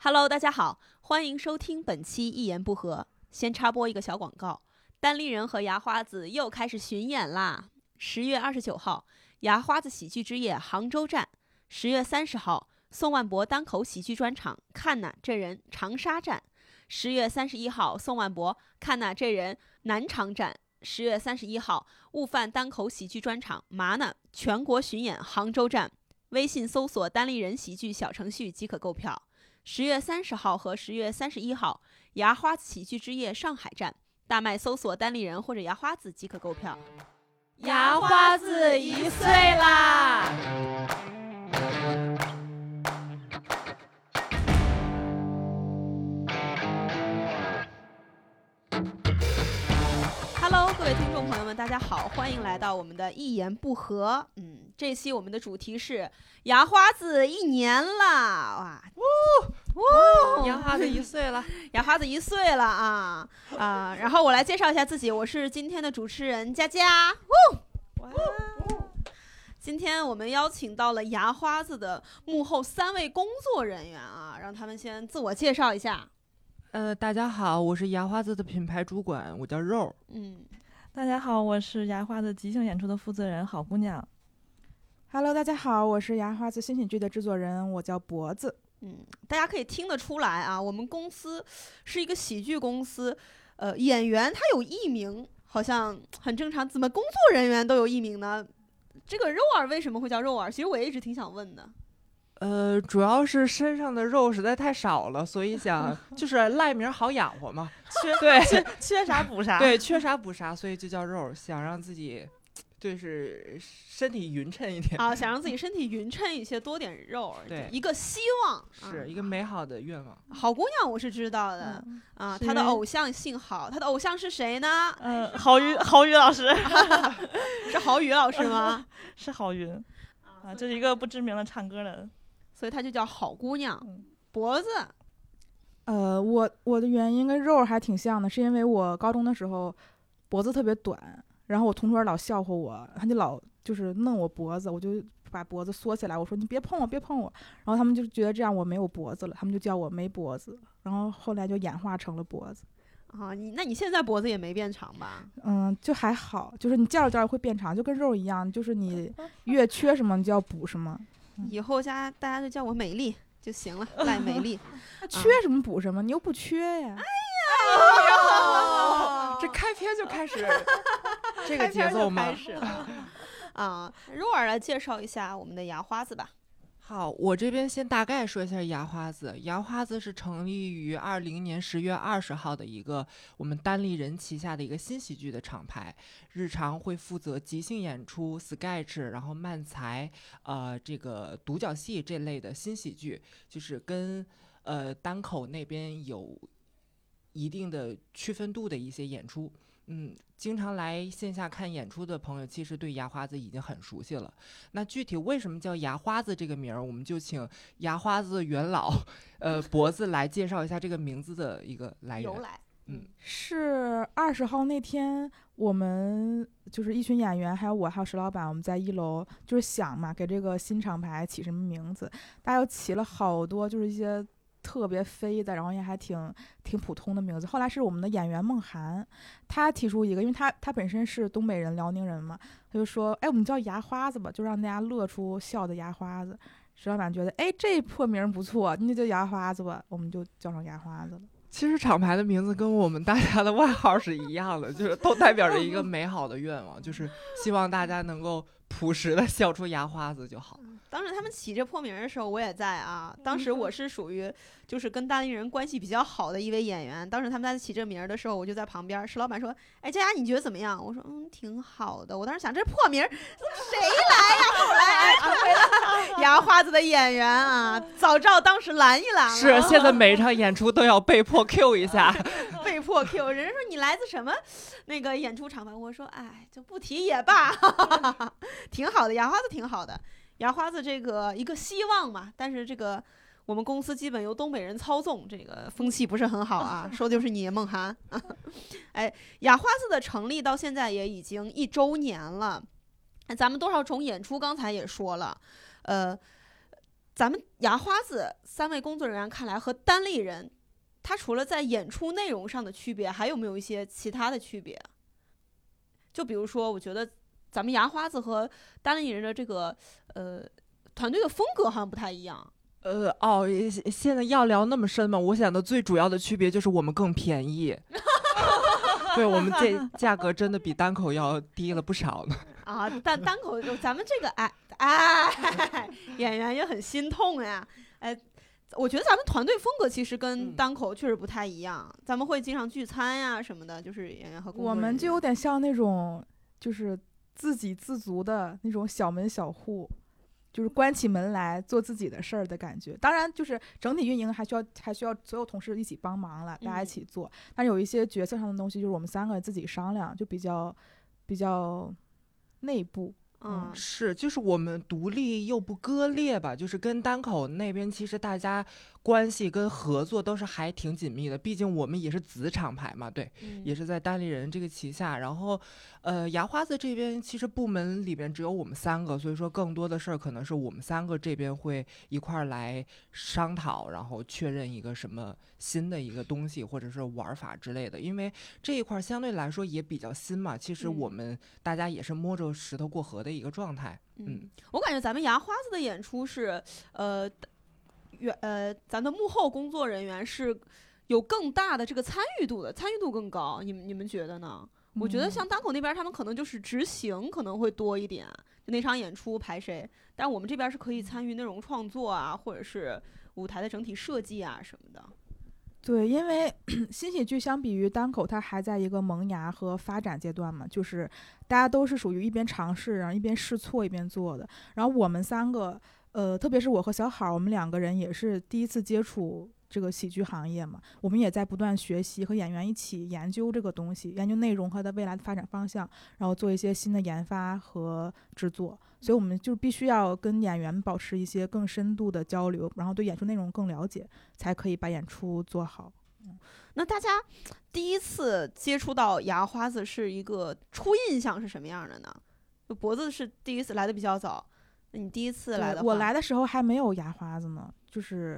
Hello， 大家好，欢迎收听本期一言不合。先插播一个小广告，单立人和牙花子又开始巡演啦。10月29号，牙花子喜剧之夜杭州站；10月30号，宋万博单口喜剧专场看呐这人长沙站；10月31号，宋万博看呐这人南昌站；10月31号，悟饭单口喜剧专场嘛呢全国巡演杭州站。微信搜索单立人喜剧小程序即可购票。10月30号和10月31号，牙花子喜剧之夜上海站，大麦搜索单立人或者牙花子即可购票。 牙花子1岁啦 ！Hello， 各位听众朋友们，大家好，欢迎来到我们的一言不合。这期我们的主题是牙花子1年了，哇！ 牙花子1岁了， 牙花子1岁了啊！然后我来介绍一下自己，我是今天的主持人佳佳。今天我们邀请到了牙花子的幕后3位工作人员啊，让他们先自我介绍一下。 大家好，我是牙花子的品牌主管，我叫肉。 大家好，我是牙花子即兴演出的负责人好姑娘。 Hello， 大家好，我是牙花子新喜剧的制作人，我叫脖子。 大家可以听得出来啊，我们公司是一个喜剧公司，演员他有艺名，好像很正常，怎么工作人员都有艺名呢？这个肉儿为什么会叫肉儿？其实我也一直挺想问的。 主要是身上的肉实在太少了，所以想就是赖名好养活嘛。 缺啥补啥。 对，缺啥补啥，所以就叫肉，想让自己就是身体匀称一点啊，想让自己身体匀称一些，多点肉， 对， 一个希望， 是一个美好的愿望。 好姑娘我是知道的啊，她的偶像姓郝，她的偶像是谁呢？ 郝宇老师。 是郝宇老师吗？ 是郝云啊，这是一个不知名的唱歌的， 所以她就叫好姑娘。脖子， 我的原因跟肉还挺像的，是因为我高中的时候脖子特别短，然后我同桌老笑话我，他就老就是弄我脖子，我就把脖子缩起来，我说你别碰我，别碰我，然后他们就觉得这样我没有脖子了，他们就叫我没脖子，然后后来就演化成了脖子。 啊，那你现在脖子也没变长吧？ 就还好，就是你叫着叫着会变长，就跟肉一样，就是你越缺什么你就要补什么。 以后大家就叫我美丽就行了，赖美丽。 缺什么补什么，你又不缺呀。 这开篇就开始这个节奏吗？ 开始了啊，肉儿来介绍一下我们的牙花子吧。 好，我这边先大概说一下牙花子。牙花子是成立于2020年10月20号的一个我们单立人旗下的一个新喜剧的厂牌，日常会负责即兴演出、sketch， 然后漫才，这个独角戏这类的新喜剧，就是跟单口那边有一定的区分度的一些演出。经常来线下看演出的朋友，其实对牙花子已经很熟悉了。那具体为什么叫牙花子这个名儿，我们就请牙花子元老，脖子来介绍一下这个名字的一个来源。 由来， 是20号那天，我们就是一群演员，还有我，还有石老板，我们在1楼就是想嘛，给这个新厂牌起什么名字，大家又起了好多，就是一些特别飞的，然后也还挺普通的名字。后来是我们的演员梦涵，他提出一个，因为他本身是东北人、辽宁人嘛，他就说，哎，我们叫牙花子吧，就让大家乐出笑的牙花子。石老板觉得，哎，这破名不错，你就叫牙花子吧，我们就叫上牙花子了。 其实厂牌的名字跟我们大家的外号是一样的，就是都代表着一个美好的愿望，就是希望大家能够朴实的笑出牙花子就好。 当时他们起这破名的时候，我也在啊。当时我是属于就是跟单立人关系比较好的一位演员。当时他们在起这名的时候，我就在旁边。石老板说：“哎，佳佳，你觉得怎么样？”我说：“挺好的。”我当时想，这破名谁来呀？后来成为了牙花子的演员啊，早知道当时拦一拦了。 是，现在每一场演出都要被迫 Q 一下， 被迫 Q。人家说你来自什么那个演出厂牌？我说：“哎，就不提也罢。”挺好的，牙花子挺好的。牙花子这个一个希望嘛，但是这个我们公司基本由东北人操纵，这个风气不是很好啊。说的就是你梦涵。哎，牙花子的成立到现在也已经1周年了。咱们多少种演出刚才也说了， 咱们牙花子3位工作人员看来和单立人，它除了在演出内容上的区别，还有没有一些其他的区别？就比如说，我觉得咱们牙花子和单立人的这个团队的风格好像不太一样。 现在要聊那么深吗？我想的最主要的区别就是我们更便宜。对，我们这价格真的比单口要低了不少呢。 啊，但单口咱们这个演员也很心痛呀。我觉得咱们团队风格其实跟单口确实不太一样，咱们会经常聚餐呀什么的，就是演员和工作人员。 我们就有点像那种就是自给自足的那种小门小户，就是关起门来做自己的事儿的感觉。当然，就是整体运营还需要所有同事一起帮忙了，大家一起做。但有一些决策上的东西，就是我们3个人自己商量，就比较内部。 是，就是我们独立又不割裂吧，就是跟单口那边其实大家关系跟合作都是还挺紧密的，毕竟我们也是子厂牌嘛，对，也是在单立人这个旗下。然后，牙花子这边其实部门里边只有我们3个，所以说更多的事儿可能是我们3个这边会一块儿来商讨，然后确认一个什么新的一个东西或者是玩法之类的。因为这一块相对来说也比较新嘛，其实我们大家也是摸着石头过河的一个状态。 我感觉咱们牙花子的演出是，咱的幕后工作人员是有更大的这个参与度的，参与度更高。你们觉得呢？我觉得像单口那边，他们可能就是执行可能会多一点，就那场演出排谁，但我们这边是可以参与内容创作啊，或者是舞台的整体设计啊什么的。 对，因为新喜剧相比于单口，它还在一个萌芽和发展阶段嘛，就是大家都是属于一边尝试，然后一边试错一边做的。然后我们3个，特别是我和小好，我们2个人也是第一次接触这个喜剧行业嘛，我们也在不断学习，和演员一起研究这个东西，研究内容和它未来的发展方向，然后做一些新的研发和制作。所以我们就必须要跟演员保持一些更深度的交流，然后对演出内容更了解，才可以把演出做好。 那大家第一次接触到牙花子是一个初印象是什么样的呢？就脖子是第一次来的比较早，那你第一次来的话， 我来的时候还没有牙花子呢，就是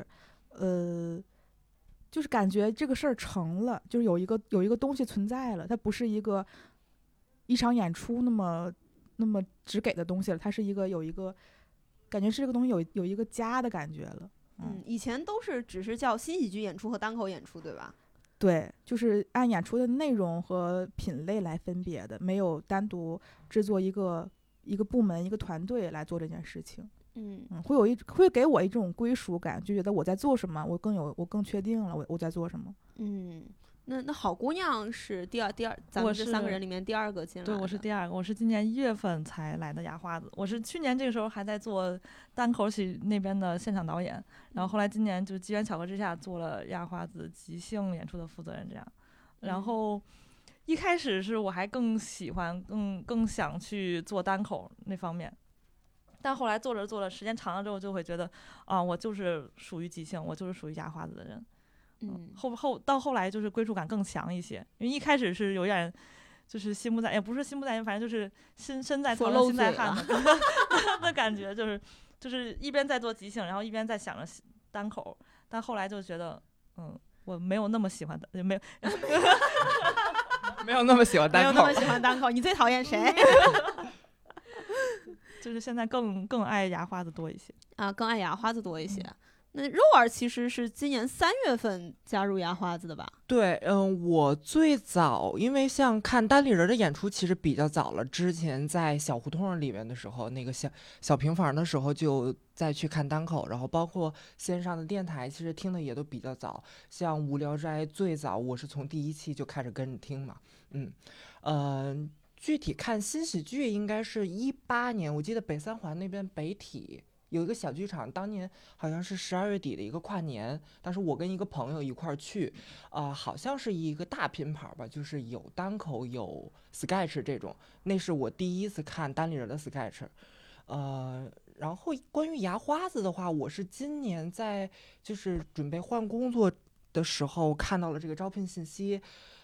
感觉这个事儿成了，就是有一个东西存在了，它不是一场演出那么只给的东西了，它是有一个感觉是这个东西有一个家的感觉了。 以前都是只是叫新喜剧演出和单口演出，对吧？ 对，就是按演出的内容和品类来分别的，没有单独制作一个部门一个团队来做这件事情。会给我一种归属感，就觉得我在做什么，我更确定了我在做什么。 那好姑娘是第二，咱们这3个人里面第2个进来的。 对，我是第2个，我是今年1月份才来的牙花子。我是去年这个时候还在做单口喜那边的现场导演，然后后来今年就机缘巧合之下做了牙花子即兴演出的负责人这样。然后一开始是我还更喜欢更想去做单口那方面，但后来做着时间长了之后就会觉得我就是属于即兴，我就是属于牙花子的人。到后来就是归属感更强一些，因为一开始是有点就是心不在，也不是心不在焉，反正就是身在曹心在汉的感觉，就是一边在做即兴，然后一边在想着单口，但后来就觉得我没有那么喜欢的，没有没有那么喜欢单口， 没有那么喜欢单口。你最讨厌谁？ 就是现在更爱牙花子多一些啊，更爱牙花子多一些。那肉儿其实是今年3月份加入牙花子的吧？ 对，我最早因为像看单立人的演出其实比较早了，之前在小胡同里面的时候，那个小平房的时候就再去看单口，然后包括线上的电台，其实听的也都比较早。像无聊斋最早我是从第1期就开始跟着听嘛，具体看新喜剧应该是18年，我记得北3环那边北体有一个小剧场，当年好像是12月底的一个跨年，当时我跟一个朋友一块儿去，好像是一个大拼盘吧，就是有单口有 sketch 这种，那是我第一次看单立人的 sketch。然后关于牙花子的话，我是今年在就是准备换工作的时候看到了这个招聘信息，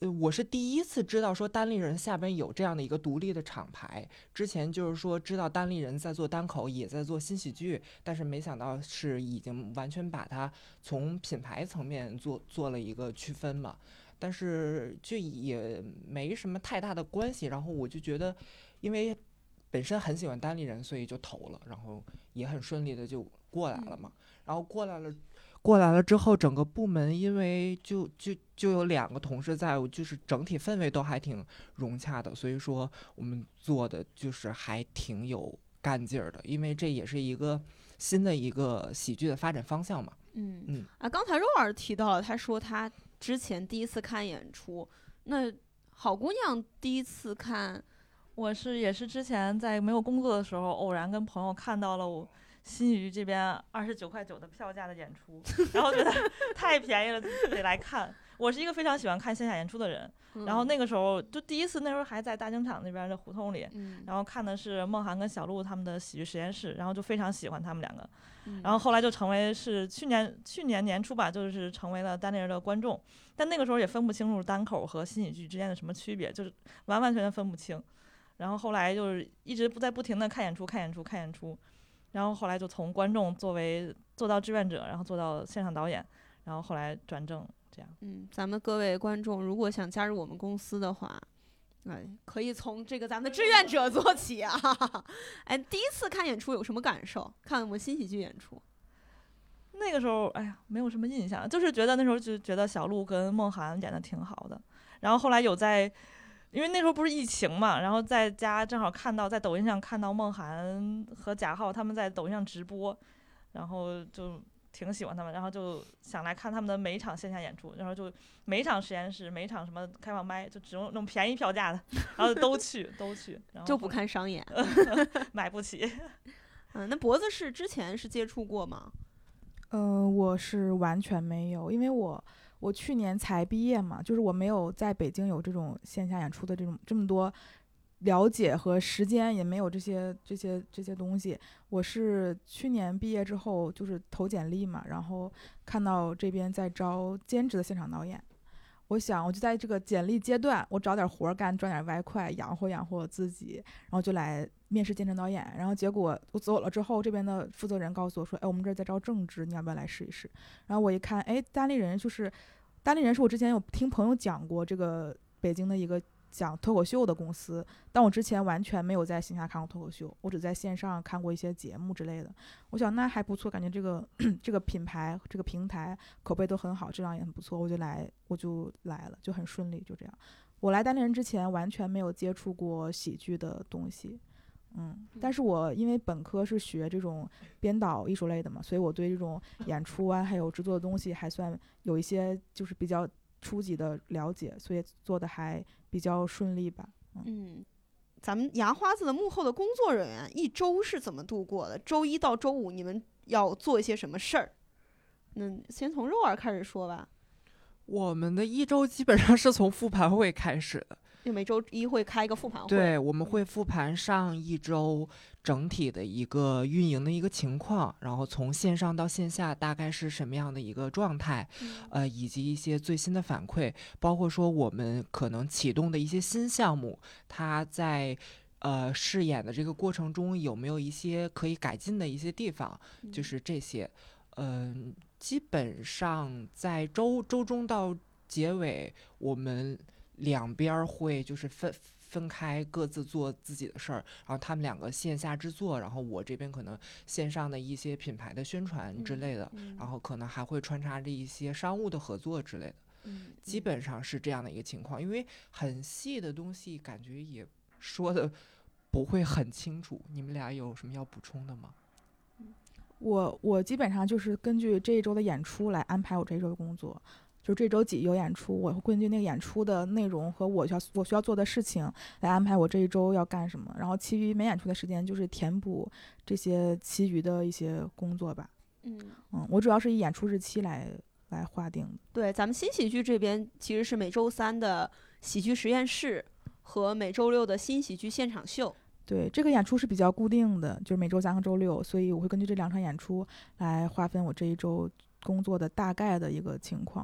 我是第一次知道说单立人下边有这样的一个独立的厂牌。之前就是说知道单立人在做单口，也在做新喜剧，但是没想到是已经完全把它从品牌层面做了一个区分嘛。但是就也没什么太大的关系。然后我就觉得，因为本身很喜欢单立人，所以就投了，然后也很顺利的就过来了嘛。然后过来了之后，整个部门因为就有2个同事在，就是整体氛围都还挺融洽的，所以说我们做的就是还挺有干劲儿的，因为这也是一个新的一个喜剧的发展方向嘛。 刚才肉儿提到了，他说他之前第一次看演出，那好姑娘第一次看， 我也是之前在没有工作的时候，偶然跟朋友看到了我新宇这边29.9块的票价的演出，然后觉得太便宜了，得来看。我是一个非常喜欢看线下演出的人，然后那个时候就第一次，那时候还在大经厂那边的胡同里，然后看的是梦涵跟小鹿他们的喜剧实验室，然后就非常喜欢他们2个，然后后来就成为是去年年初吧，就是成为了单立人的观众，但那个时候也分不清楚单口和新喜剧之间的什么区别，就是完全分不清。然后后来就是一直不停的看演出，然后后来就从观众做到志愿者，然后做到现场导演，然后后来转正这样。 咱们各位观众如果想加入我们公司的话，可以从这个咱们的志愿者做起啊。第一次看演出有什么感受？看我们新喜剧演出， 那个时候没有什么印象，就是觉得那时候就觉得小鹿跟梦涵演的挺好的，然后后来因为那时候不是疫情嘛，然后在家正好在抖音上看到梦涵和贾浩他们在抖音上直播，然后就挺喜欢他们，然后就想来看他们的每一场线下演出，然后就每一场实验室，每一场什么开放麦，就只用那种便宜票价的，然后都去，然后就不看商演， 买不起。 那脖子是之前是接触过吗？ 我是完全没有，因为我去年才毕业嘛，就是我没有在北京有这种线下演出的这么多了解和时间，也没有这些东西。我是去年毕业之后就是投简历嘛，然后看到这边在招兼职的现场导演，我就在这个简历阶段，我找点活干，赚点外快，养活我自己，然后就来面试兼职导演。然后结果我走了之后，这边的负责人告诉我说，我们这儿在招正职，你要不要来试一试？然后我一看，单立人是我之前有听朋友讲过，这个北京的一个讲脱口秀的公司，但我之前完全没有在线下看过脱口秀，我只在线上看过一些节目之类的。我想那还不错，感觉这个这个品牌这个平台口碑都很好，质量也很不错，我就来了，就很顺利，就这样。我来单立人之前完全没有接触过喜剧的东西。但是我因为本科是学这种编导艺术类的嘛，所以我对这种演出啊还有制作的东西还算有一些就是比较初级的了解，所以做的还比较顺利吧。 咱们牙花子的幕后的工作人员一周是怎么度过的？周一到周五你们要做一些什么事儿？先从肉儿开始说吧。 我们的一周基本上是从复盘会开始的， 就每周一会开一个复盘会。 对，我们会复盘上一周整体的一个运营的一个情况，然后从线上到线下大概是什么样的一个状态，以及一些最新的反馈，包括说我们可能启动的一些新项目，它在试演的这个过程中有没有一些可以改进的一些地方，就是这些。基本上在周中到结尾，我们两边会就是分开各自做自己的事儿，然后他们2个线下制作，然后我这边可能线上的一些品牌的宣传之类的，然后可能还会穿插着一些商务的合作之类的，基本上是这样的一个情况。因为很细的东西感觉也说的不会很清楚，你们俩有什么要补充的吗？ 我基本上就是根据这一周的演出来安排我这一周的工作，就这周几有演出，我会根据那个演出的内容和我需要做的事情来安排我这一周要干什么，然后其余没演出的时间就是填补这些其余的一些工作吧。我主要是以演出日期来划定的。 对，咱们新喜剧这边其实是每周3的喜剧实验室和每周6的新喜剧现场秀。 对，这个演出是比较固定的，就是每周3和周6，所以我会根据这2场演出来划分我这一周工作的大概的一个情况。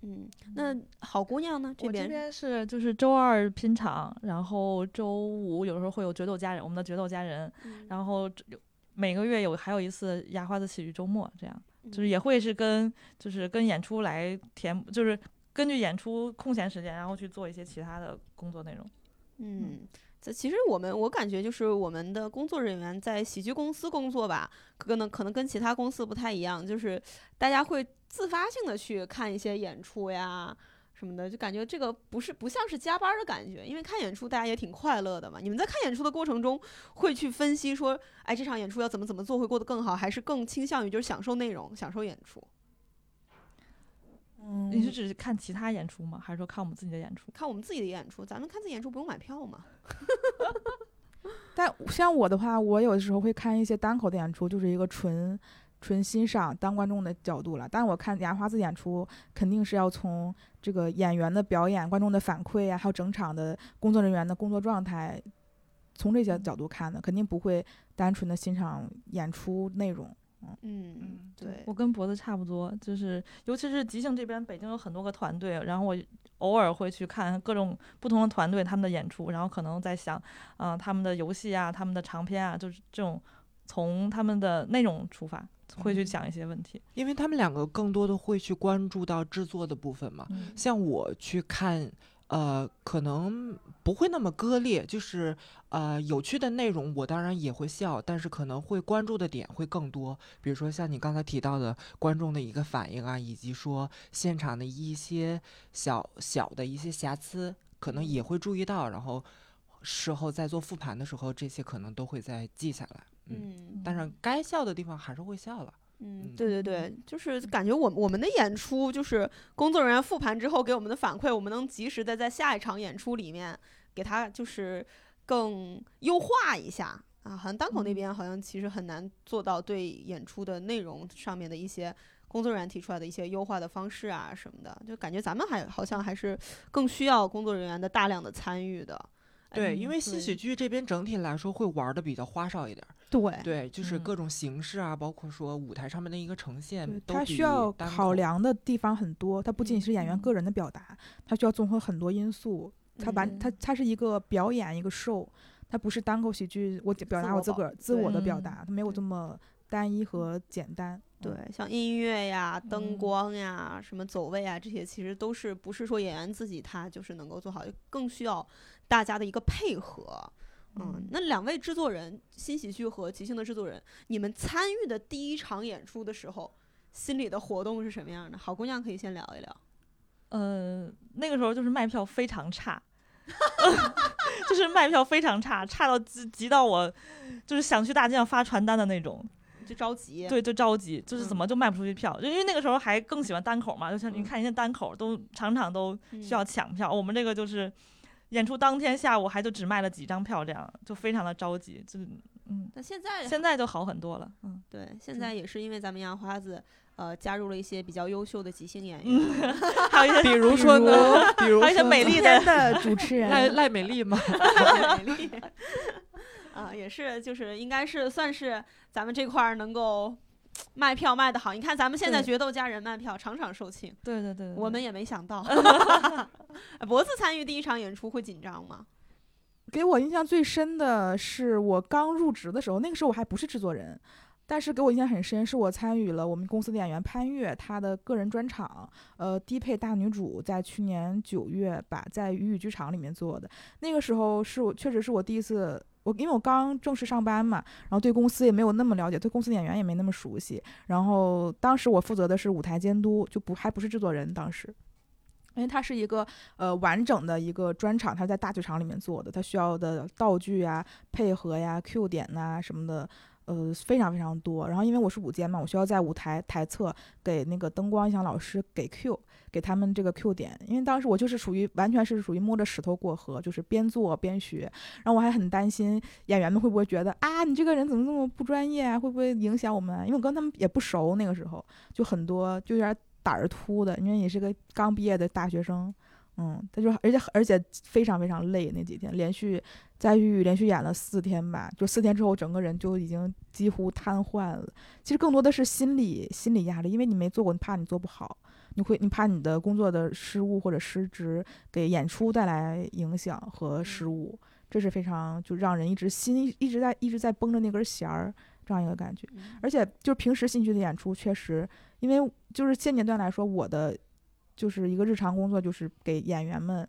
那好姑娘呢？ 我这边是就是周二拼场，然后周五有时候会有决斗家人，我们的决斗家人，然后每个月还有一次牙花子喜剧周末，这样就是也会是跟演出来就是根据演出空闲时间，然后去做一些其他的工作内容。 这其实我感觉就是我们的工作人员在喜剧公司工作吧，可能跟其他公司不太一样，就是大家会自发性的去看一些演出呀什么的，就感觉这个不像是加班的感觉，因为看演出大家也挺快乐的嘛。你们在看演出的过程中会去分析说，哎，这场演出要怎么做会过得更好，还是更倾向于就是享受内容、享受演出？ 你是指看其他演出吗？还是说看我们自己的演出？ 看我们自己的演出，咱们看自己演出不用买票吗？ 但像我的话，我有的时候会看一些单口的演出，就是一个纯欣赏当观众的角度了。但我看牙花子演出，肯定是要从这个演员的表演、观众的反馈啊，还有整场的工作人员的工作状态，从这些角度看的，肯定不会单纯的欣赏演出内容。 对， 我跟脖子差不多，就是尤其是即兴这边，北京有很多个团队，然后我偶尔会去看各种不同的团队他们的演出，然后可能在想，他们的游戏啊，他们的长篇啊，就是这种从他们的内容出发，会去讲一些问题。 因为他们两个更多的会去关注到制作的部分嘛，像我去看。可能不会那么割裂，就是有趣的内容我当然也会笑，但是可能会关注的点会更多，比如说像你刚才提到的观众的一个反应啊，以及说现场的一些小的一些瑕疵，可能也会注意到，然后事后在做复盘的时候，这些可能都会再记下来。但是该笑的地方还是会笑了。 对，就是感觉我们的演出就是工作人员复盘之后给我们的反馈，我们能及时的在下一场演出里面给他就是更优化一下啊。好像单口那边好像其实很难做到对演出的内容上面的一些工作人员提出来的一些优化的方式啊什么的，就感觉咱们好像还是更需要工作人员的大量的参与的。 对，因为新喜剧这边整体来说会玩的比较花哨一点。对，就是各种形式啊，包括说舞台上面的一个呈现， 它需要考量的地方很多。它不仅是演员个人的表达，它需要综合很多因素。它是一个表演，一个show，它不是单口喜剧。我表达我自我的表达，它没有这么单一和简单。 对，像音乐呀、灯光呀、什么走位啊，这些其实都是不是说演员自己他就是能够做好，更需要大家的一个配合。那两位制作人，新喜剧和即兴的制作人，你们参与的第一场演出的时候，心里的活动是什么样的？好姑娘可以先聊一聊。 那个时候就是卖票非常差，就是卖票非常差，差到急到我就是想去大街上发传单的那种。 就着急， 对，就着急，就是怎么就卖不出去票，因为那个时候还更喜欢单口嘛，就像你看人家单口都场都需要抢票，我们这个就是演出当天下午还就只卖了几张票，这样就非常的着急，就是但现在就好很多了， 对，现在也是因为咱们杨花子加入了一些比较优秀的即兴演员， 还有一些比如说还有一些美丽的主持人赖美丽嘛， 赖美丽。也是，就是应该是算是咱们这块儿能够卖票卖得好。你看咱们现在决斗家人卖票场场售罄， 对， 我们也没想到。脖子参与第一场演出会紧张吗？ 给我印象最深的是我刚入职的时候，那个时候我还不是制作人，但是给我印象很深，是我参与了我们公司的演员潘越他的个人专场，低配大女主，在去年9月在鱼剧场里面做的。那个时候确实是我第一次。因为我刚正式上班嘛，然后对公司也没有那么了解，对公司的演员也没那么熟悉。然后当时我负责的是舞台监督，还不是制作人。当时，因为它是一个完整的一个专场，它在大剧场里面做的，它需要的道具啊、配合呀、Q 点呐什么的。非常非常多。然后因为我是舞监嘛，我需要在舞台台侧给那个灯光音响老师给 Q， 给他们这个 Q 点。因为当时我就是完全是属于摸着石头过河，就是边做边学。然后我还很担心演员们会不会觉得啊，你这个人怎么这么不专业啊，会不会影响我们啊？因为我跟他们也不熟，那个时候就很多就有点胆儿突的，因为你是个刚毕业的大学生。他就而且非常非常累，那几天连续演了4天吧，就4天之后整个人就已经几乎瘫痪了。其实更多的是心理压力，因为你没做过，你怕你做不好， 你怕你的工作的失误或者失职给演出带来影响和失误，这是非常就让人一直在绷着那根弦儿这样一个感觉。而且就是平时戏剧的演出，确实因为就是现阶段来说，我的就是一个日常工作就是给演员们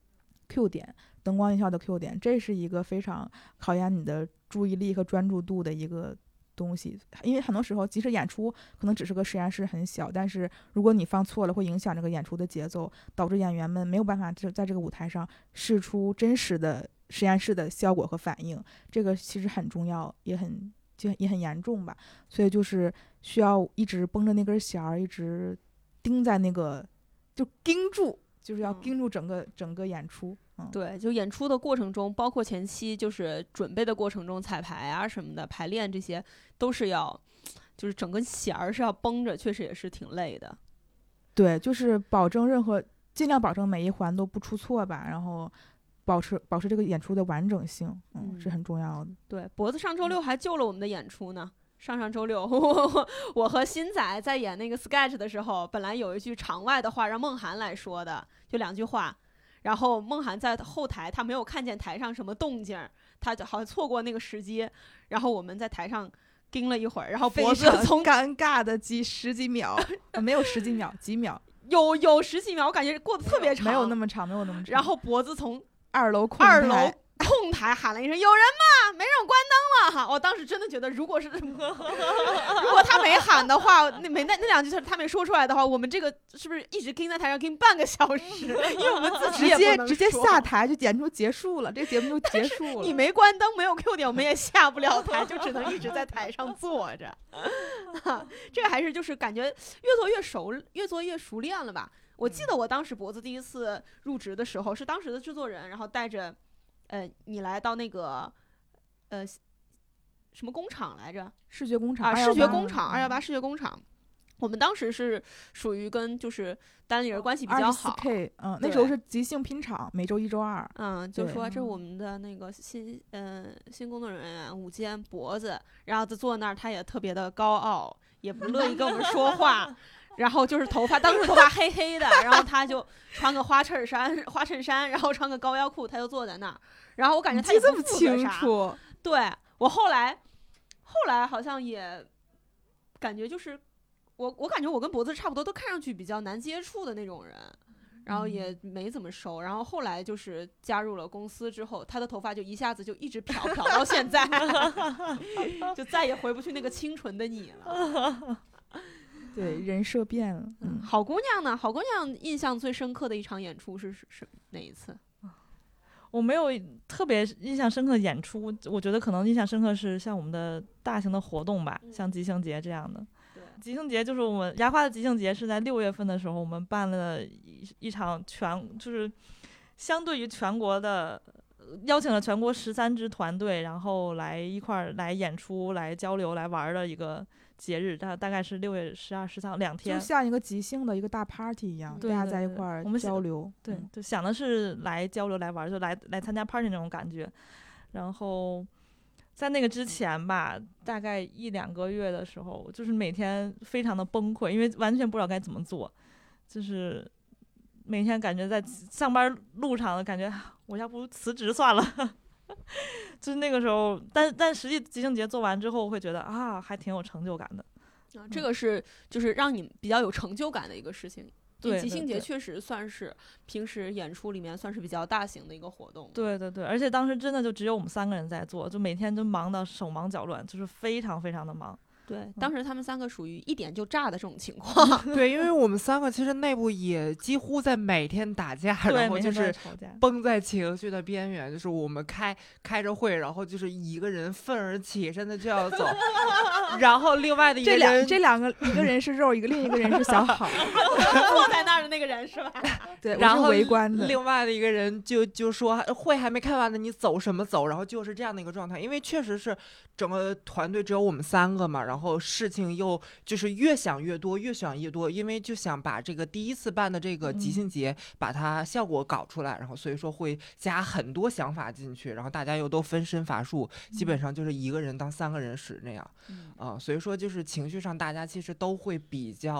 Q 点，灯光音效的 Q 点，这是一个非常考验你的注意力和专注度的一个东西。因为很多时候即使演出可能只是个实验室很小，但是如果你放错了，会影响这个演出的节奏，导致演员们没有办法在这个舞台上试出真实的实验室的效果和反应，这个其实很重要，也很严重吧。所以就是需要一直绷着那根弦儿，一直盯在那个就盯住，就是要盯住整个演出。 对，就演出的过程中，包括前期就是准备的过程中，彩排啊什么的，排练这些都是要，就是整个弦儿是要绷着，确实也是挺累的。 对，就是尽量保证每一环都不出错吧，然后保持这个演出的完整性，是很重要的。 对，脖子上周六还救了我们的演出呢。上周六，我和新仔在演那个 sketch 的时候，本来有一句场外的话让梦涵来说的，就2句话。然后梦涵在后台，他没有看见台上什么动静，他就好像错过那个时机。然后我们在台上盯了一会儿，然后脖子从尴尬的十几秒，没有十几秒，几秒， 有十几秒，我感觉过得特别长， 没有那么长。 然后脖子从 2楼控台喊了一声：“有人吗？没人关灯了！”哈，我当时真的觉得，如果他没喊的话，那2句他没说出来的话，我们这个是不是一直盯在台上盯半个小时？因为我们自己直接下台就演出结束了，这个节目就结束了。 你没关灯，没有 Q 点，我们也下不了台，就只能一直在台上坐着。这个还是就是感觉越做越熟练了吧？我记得我当时脖子第一次入职的时候，是当时的制作人，然后带着。你来到那个，什么工厂来着？ 视觉工厂啊，视觉工厂，218视觉工厂。我们当时是属于跟就是单立人关系比较好。 24K，那时候是即兴拼场，每周1周2。 就说这是我们的那个新工作人员午间脖子，然后他坐那儿，他也特别的高傲，也不乐意跟我们说话。然后就是当时头发黑黑的，然后他就穿个花衬衫，然后穿个高腰裤，他就坐在那儿。然后我感觉他也不负责啥。 记这么清楚。 对，我后来好像也感觉就是我感觉我跟脖子差不多，都看上去比较难接触的那种人，然后也没怎么熟。然后后来就是加入了公司之后，他的头发就一下子就一直漂到现在，就再也回不去那个清纯的你了。 对，人设变了。 好姑娘呢？好姑娘印象最深刻的一场演出是哪一次？ 我没有特别印象深刻的演出，我觉得可能印象深刻是像我们的大型的活动吧，像即兴节这样的。即兴节就是我们牙花的即兴节是在6月份的时候，我们办了一场就是相对于全国的，邀请了全国13支团队，然后来一块儿来演出、来交流、来玩的一个节日，大概是6月12、13 2天， 就像一个即兴的一个大 party 一样， 对大家在一块儿交流。 对，就想的是来交流、来玩，就来参加 party 那种感觉。然后在那个之前吧，大概1、2个月的时候，就是每天非常的崩溃，因为完全不知道该怎么做，就是每天感觉在上班路上的感觉，我要不辞职算了。就是那个时候，但实际即兴节做完之后，会觉得还挺有成就感的。 这个是就是让你比较有成就感的一个事情。 对， 即兴节确实算是平时演出里面算是比较大型的一个活动。 对，而且当时真的就只有我们3个人在做，就每天就忙到手忙脚乱，就是非常非常的忙。 对，当时他们3个属于一点就炸的这种情况。 对，因为我们3个其实内部也几乎在每天打架，然后就是崩在情绪的边缘。就是我们开着会，然后就是一个人愤而起身的就要走，然后另外的一个人， 这两个一个人是肉，另一个人是小好， 坐在那儿的那个人是吧？ 对， 然后围观的。 另外的一个人就说会还没开完呢，你走什么走？然后就是这样的一个状态，因为确实是整个团队只有我们3个嘛，然后事情又就是越想越多，因为就想把这个第一次办的这个即兴节把它效果搞出来，然后所以说会加很多想法进去，然后大家又都分身乏术，基本上就是一个人当3个人使那样，所以说就是情绪上大家其实都会比较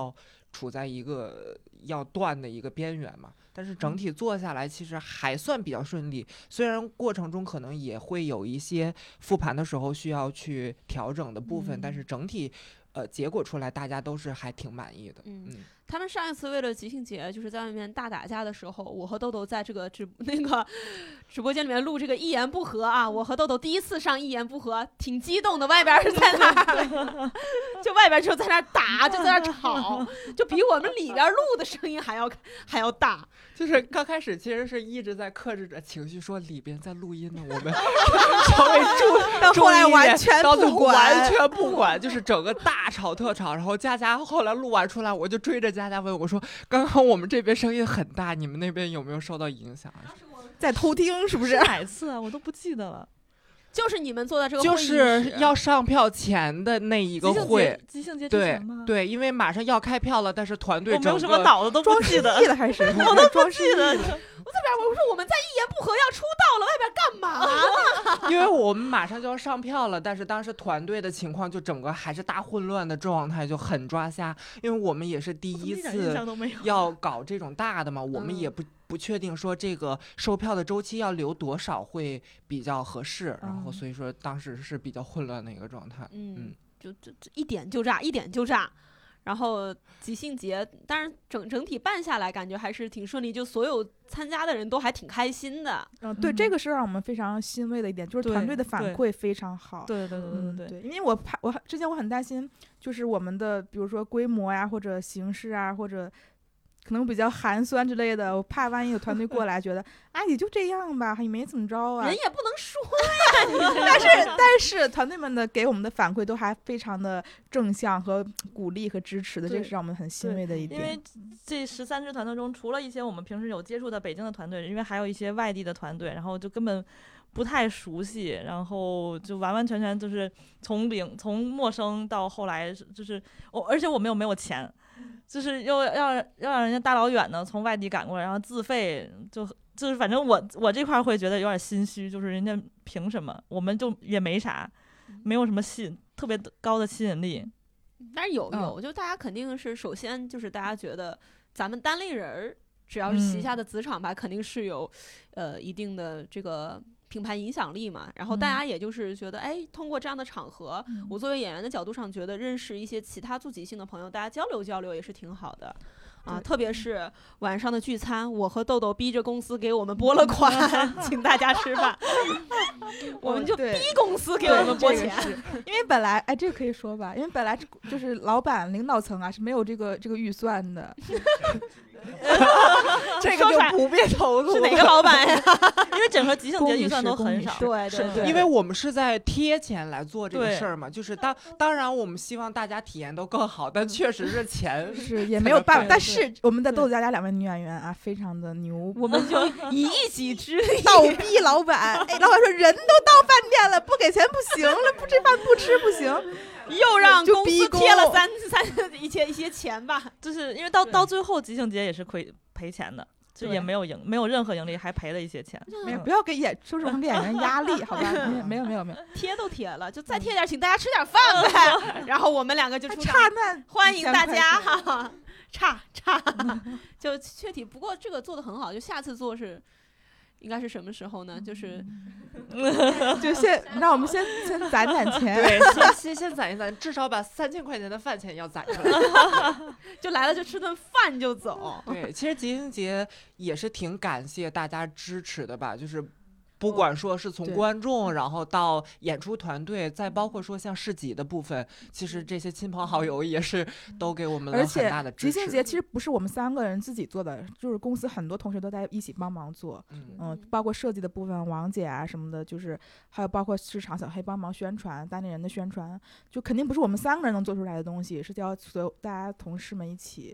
处在一个要断的一个边缘嘛。但是整体做下来其实还算比较顺利，虽然过程中可能也会有一些复盘的时候需要去调整的部分，但是整体结果出来大家都是还挺满意的。 他们上一次为了即兴节就是在外面大打架的时候，我和豆豆在这个那个直播间里面录这个一言不合啊，我和豆豆第一次上一言不合，挺激动的，外边是在那儿就外边就在那儿打，就在那儿吵，就比我们里边录的声音还要大。 就是刚开始其实是一直在克制着情绪，说里边在录音呢，我们稍微到后来完全不管， 完全不管，就是整个大吵特吵。然后佳佳后来录完出来，我就追着佳佳问我说：“刚刚我们这边声音很大，你们那边有没有受到影响？” 在偷听是不是？ 哪次啊？我都不记得了。 就是你们坐在这个会议室， 就是要上票前的那一个会， 即兴节之前吗？ 对，因为马上要开票了，但是团队我没有什么脑子都不记得了，开始我都不记得。 我在边我说我们在一言不合要出道了，外边干嘛呢？ 因为我们马上就要上票了，但是当时团队的情况就整个还是大混乱的状态，就很抓瞎。因为我们也是第一次要搞这种大的嘛，我们也不确定说这个售票的周期要留多少会比较合适，然后所以说当时是比较混乱的一个状态。 就一点就炸，一点就炸。然后即兴节，当然整体办下来感觉还是挺顺利，就所有参加的人都还挺开心的。 对，这个是让我们非常欣慰的一点，就是团队的反馈非常好。 对， 因为我之前我很担心，就是我们的比如说规模呀，或者形式啊，或者可能比较寒酸之类的，我怕万一有团队过来觉得啊也就这样吧，也没怎么着啊， 人也不能说呀。但是团队们的给我们的反馈都还非常的正向和鼓励和支持的，这是让我们很欣慰的一点。 因为这13支团队中，除了一些我们平时有接触的北京的团队，因为还有一些外地的团队，然后就根本不太熟悉，然后就完完全全就是从陌生到后来就是而且我们又没有钱。就是要让人家大老远的从外地赶过来，然后自费，就是反正我这块会觉得有点心虚，就是人家凭什么，我们就也没啥，没有什么特别高的吸引力。 但是有，就大家肯定是首先就是大家觉得咱们单立人只要是旗下的子厂牌，肯定是有一定的这个品牌影响力嘛，然后大家也就是觉得，通过这样的场合，我作为演员的角度上，觉得认识一些其他做即兴的朋友，大家交流交流也是挺好的啊。特别是晚上的聚餐，我和豆豆逼着公司给我们拨了款，请大家吃饭，我们就逼公司给我们拨钱， 因为本来这个可以说吧，因为本来就是老板领导层啊是没有这个预算的。 这个就不便透露是哪个老板呀？ 因为整个即兴节预算都很少。 对， 因为我们是在贴钱来做这个事儿嘛，就是当然我们希望大家体验都更好，但确实是钱是也没有办法。但是我们的豆子家2位女演员啊，非常的牛， 我们就以一己之力倒逼老板。老板说人都到饭店了，不给钱不行了，不吃饭不吃不行。 又让公司贴了一些钱吧， 就是因为到最后即兴节也是赔钱的，就也没有任何盈利，还赔了一些钱。 不要说什么给演员压力，好吧？没有， 贴都贴了，就再贴点，请大家吃点饭呗。然后我们2个就出场，欢迎大家哈，差，就确体。不过这个做的很好，就下次做是。应该是什么时候呢？就是让我们先攒钱， 对，先攒一攒，至少把3000块钱的饭钱要攒出来。 就来了就吃顿饭就走。 对，其实即兴节也是挺感谢大家支持的吧，就是。不管说是从观众，然后到演出团队，再包括说像市集的部分，其实这些亲朋好友也是都给我们了很大的支持。 即兴节其实不是我们3个人自己做的，就是公司很多同学都在一起帮忙做，包括设计的部分，王姐啊什么的，就是还有包括市场小黑帮忙宣传，单立人的宣传，就肯定不是我们3个人能做出来的东西，是叫所有大家同事们一起，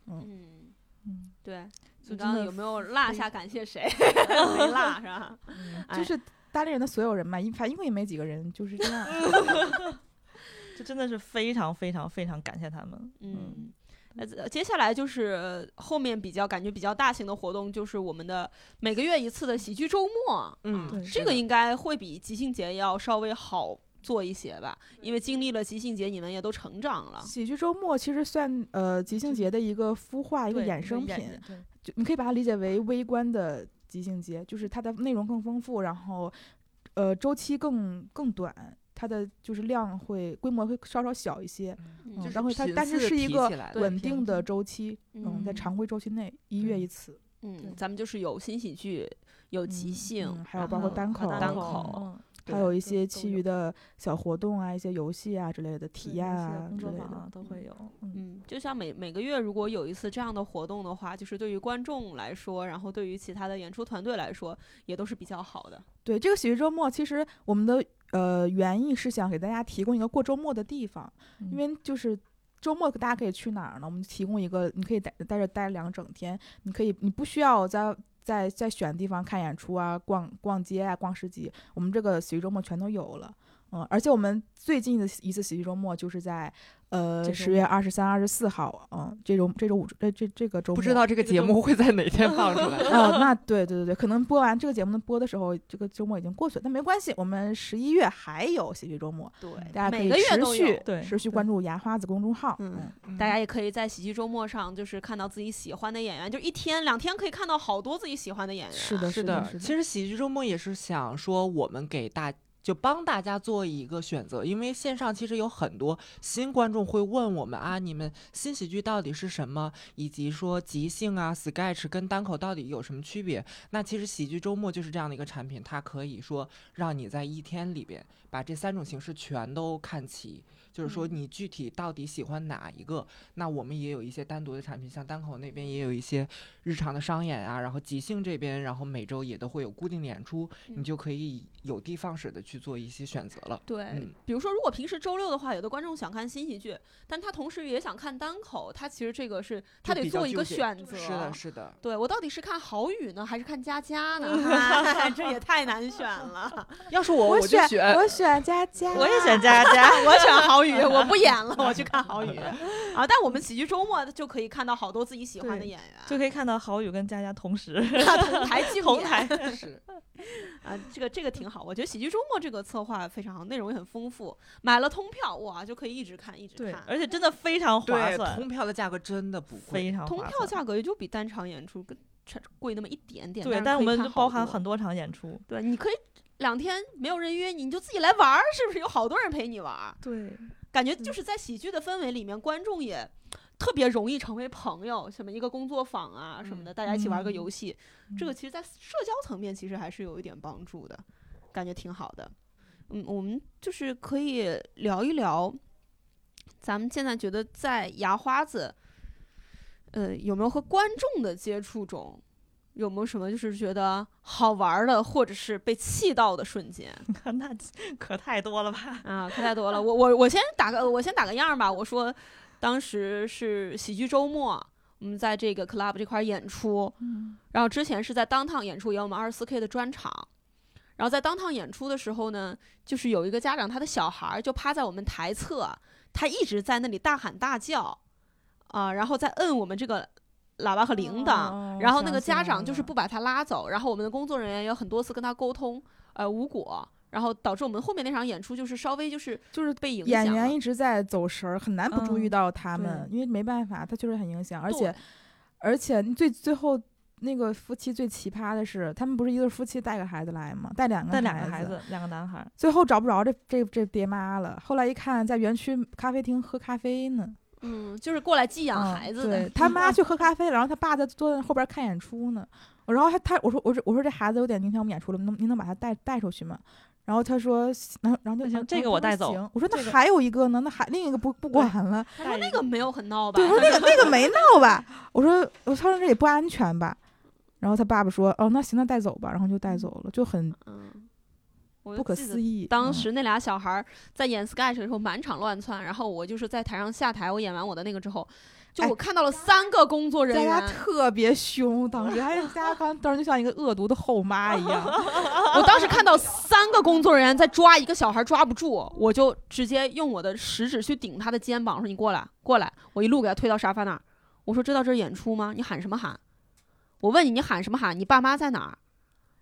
对。你刚刚有没有落下感谢谁？没落是吧？ 就是单立人的所有人嘛，因为也没几个人，就是这样。 这真的是非常非常非常感谢他们。 接下来就是后面感觉比较大型的活动，就是我们的每个月一次的喜剧周末。 对， 这个应该会比即兴节要稍微好做一些吧，因为经历了即兴节，你们也都成长了。 喜剧周末其实算即兴节的一个孵化，一个对衍生品， 对， 就你可以把它理解为微观的即兴节，就是它的内容更丰富，然后周期更短，它的就是规模会稍稍小一些， 就是然后它频但是次是一个提起来的稳定的周期，在嗯常规周期内1月一次， 咱们就是有新喜剧，有即兴， 还有包括单口， 单口还有一都些其余的小活动啊，一些游戏啊之类的体验啊工作之类的坊都会有。 就像每个月如果有一次这样的活动的话，就是对于观众来说，然后对于其他的演出团队来说，也都是比较好的。 对，这个喜剧周末，其实我们的原意是想给大家提供一个过周末的地方，因为就是周末大家可以去哪儿呢？我们提供一个，你可以在这待2整天，你不需要在选地方看演出啊，逛街啊，逛市集，我们这个喜剧周末全都有了。而且我们最近的一次喜剧周末就是在10月23、24号，这个周末。 不知道这个节目会在哪天放出来？ 那对，可能播完这个节目播的时候，这个周末已经过去了，但没关系，我们11月还有喜剧周末， 对， 大家可以每个月都有， 持续关注牙花子公众号。 大家也可以在喜剧周末上，就是看到自己喜欢的演员，就1天2天可以看到好多自己喜欢的演员。 是的， 是的。其实喜剧周末也是想说，我们就帮大家做一个选择，因为线上其实有很多新观众会问我们啊，你们新喜剧到底是什么，以及说即兴啊、sketch 跟单口到底有什么区别？那其实喜剧周末就是这样的一个产品，它可以说让你在1天里边把这3种形式全都看齐。就是说你具体到底喜欢哪一个，那我们也有一些单独的产品，像单口那边也有一些日常的商演啊，然后即兴这边，然后每周也都会有固定的演出，你就可以有的放矢的去做一些选择了。 对，比如说如果平时周6的话，有的观众想看新喜剧，但他同时也想看单口，他其实这个是他得做一个选择。 是的。 对，我到底是看郝宇呢，还是看佳佳呢？这也太难选了。 要是我就选佳佳， 我也选佳佳， 我选郝宇，我不演了，我去看郝宇啊！但我们喜剧周末就可以看到好多自己喜欢的演员， 就可以看到郝宇跟佳佳同时同台竞演， 同台是啊，这个挺好。我觉得喜剧周末这个策划非常好，内容也很丰富。买了通票哇，就可以一直看一直看， 对，而且真的非常划算。 对，通票的价格真的不贵， 非常划算。 通票价格也就比单场演出贵那么一点点。 对，但我们包含很多场演出。 对，你可以2天没有人约你，你就自己来玩，是不是？有好多人陪你玩。 对。 感觉就是在喜剧的氛围里面，观众也特别容易成为朋友，什么一个工作坊啊什么的，大家一起玩个游戏，这个其实在社交层面其实还是有一点帮助的，感觉挺好的。我们就是可以聊一聊，咱们现在觉得在牙花子，有没有和观众的接触中，有没有什么就是觉得好玩的，或者是被气到的瞬间？ 那可太多了吧？ 啊，可太多了。我先打个样吧。我说，当时是喜剧周末，我们在这个 club 这块演出，然后之前是在downtown演出，也有我们24K 的专场。然后在downtown演出的时候呢，就是有一个家长，他的小孩就趴在我们台侧，他一直在那里大喊大叫，然后再摁我们这个喇叭和铃铛，然后那个家长就是不把他拉走，然后我们的工作人员有很多次跟他沟通，无果，然后导致我们后面那场演出就是稍微就是被影响了， 演员一直在走神儿，很难不注意到他们，因为没办法，他确实很影响，而且最后那个夫妻最奇葩的是，他们不是一对夫妻带个孩子来吗？带两个孩子 ，2个男孩， 最后找不着这爹妈了，后来一看在园区咖啡厅喝咖啡呢。 就是过来寄养孩子的。 对，他妈去喝咖啡，然后他爸在坐在后边看演出呢。然后我说这孩子有点影响我们演出了，您能把他带出去吗？然后他说，然后就这个我带走。 我说那还有一个呢，另一个不管了。 他说那个没有很闹吧？ 对，我说那个没闹吧？我说这也不安全吧？然后他爸爸说，哦，那行，那带走吧，然后就带走了，就很不可思议。 当时那俩小孩在演 sketch 的时候满场乱窜，然后我就是在台上下台，我演完我的那个之后，就我看到了3个工作人员， 大家特别凶，当时大家当时就像一个恶毒的后妈一样。 我当时看到3个工作人员在抓一个小孩，抓不住，我就直接用我的食指去顶他的肩膀，说你过来，我一路给他推到沙发那儿，我说知道这是演出吗？你喊什么喊？我问你喊什么喊？你爸妈在哪儿？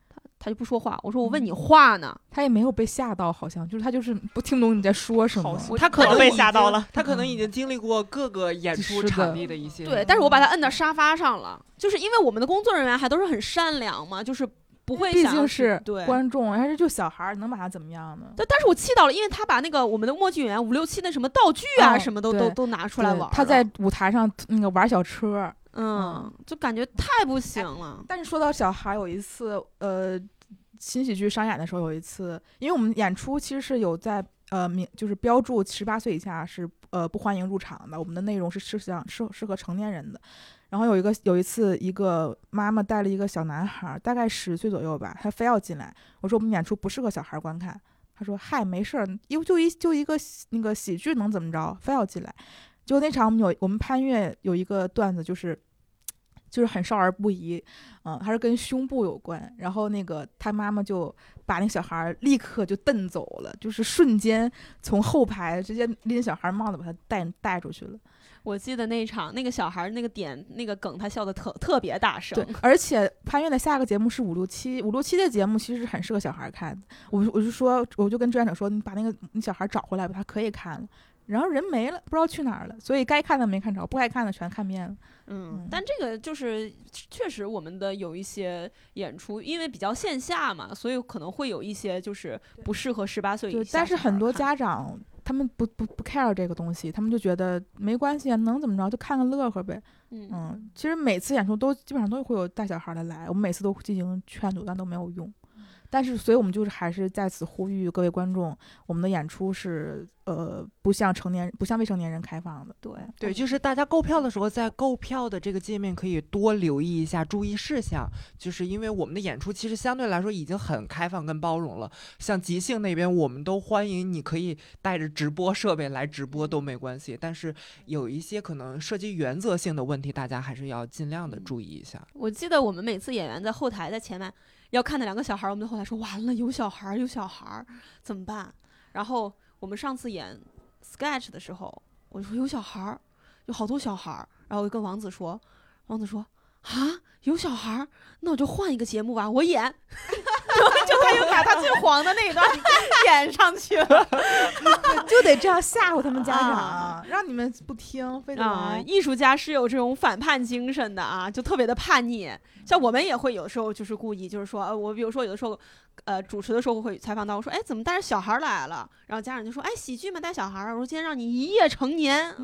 他就不说话。我说我问你话呢， 他也没有被吓到，好像就是他就是不听懂你在说什么。 他可能被吓到了， 他可能已经经历过各个演出场地的一些。 对，但是我把他摁到沙发上了，就是因为我们的工作人员还都是很善良嘛，就是不会毕想竟是对观众，要是就小孩儿，能把他怎么样呢？ 但是我气到了，因为他把那个我们的默剧演员5、6、7的什么道具啊， 哦什么对都拿出来玩了。 他在舞台上那个玩小车， 就感觉太不行了。 但是说到小孩，有一次新喜剧商演的时候，有一次，因为我们演出其实是有在就是标注18岁以下是不欢迎入场的，我们的内容是适合成年人的。然后有一次，一个妈妈带了一个小男孩，大概10岁左右吧，他非要进来。我说我们演出不适合小孩观看。他说嗨，没事儿，就一个那个喜剧能怎么着，非要进来。结果那场我们潘越有一个段子就是很少儿不宜，还是跟胸部有关。然后那个他妈妈就把那小孩立刻就蹬走了，就是瞬间从后排直接拎小孩帽子把他带出去了。 我记得那一场，那个小孩那个点那个梗，他笑得特别大声。 对，而且潘越的下个节目是5、6、7，5、6、7的节目其实很适合小孩看的。我就跟志愿者说，你把你小孩找回来吧，他可以看了。然后人没了，不知道去哪儿了，所以该看的没看着，不该看的全看遍了。 但这个就是确实我们的有一些演出，因为比较线下嘛，所以可能会有一些就是不适合18岁以下。 对，但是很多家长他们不 care 这个东西，他们就觉得没关系，能怎么着就看个乐呵呗。其实每次演出基本上都会有带小孩的来，我们每次都进行劝阻，但都没有用。但是，所以我们就是还是在此呼吁各位观众，我们的演出是不向未成年人开放的。 对，就是大家购票的时候，在购票的这个界面可以多留意一下注意事项，就是因为我们的演出其实相对来说已经很开放跟包容了。像即兴那边，我们都欢迎你可以带着直播设备来直播都没关系，但是有一些可能涉及原则性的问题，大家还是要尽量的注意一下。 我记得我们每次演员在后台在前面要看那2个小孩，我们在后台说完了，有小孩怎么办？然后我们上次演 sketch 的时候，我就说有小孩，有好多小孩，然后我就跟王子说啊，有小孩，那我就换一个节目吧，我演。就他又把他最黄的那一段演上去了， 就得这样吓唬他们家长，让你们不听，非得来。 艺术家是有这种反叛精神的啊，就特别的叛逆。像我们也会有时候就是故意，就是说，我比如说有的时候，主持的时候会采访到我说，哎，怎么带着小孩来了？然后家长就说，哎，喜剧嘛，带小孩。我说今天让你一夜成年，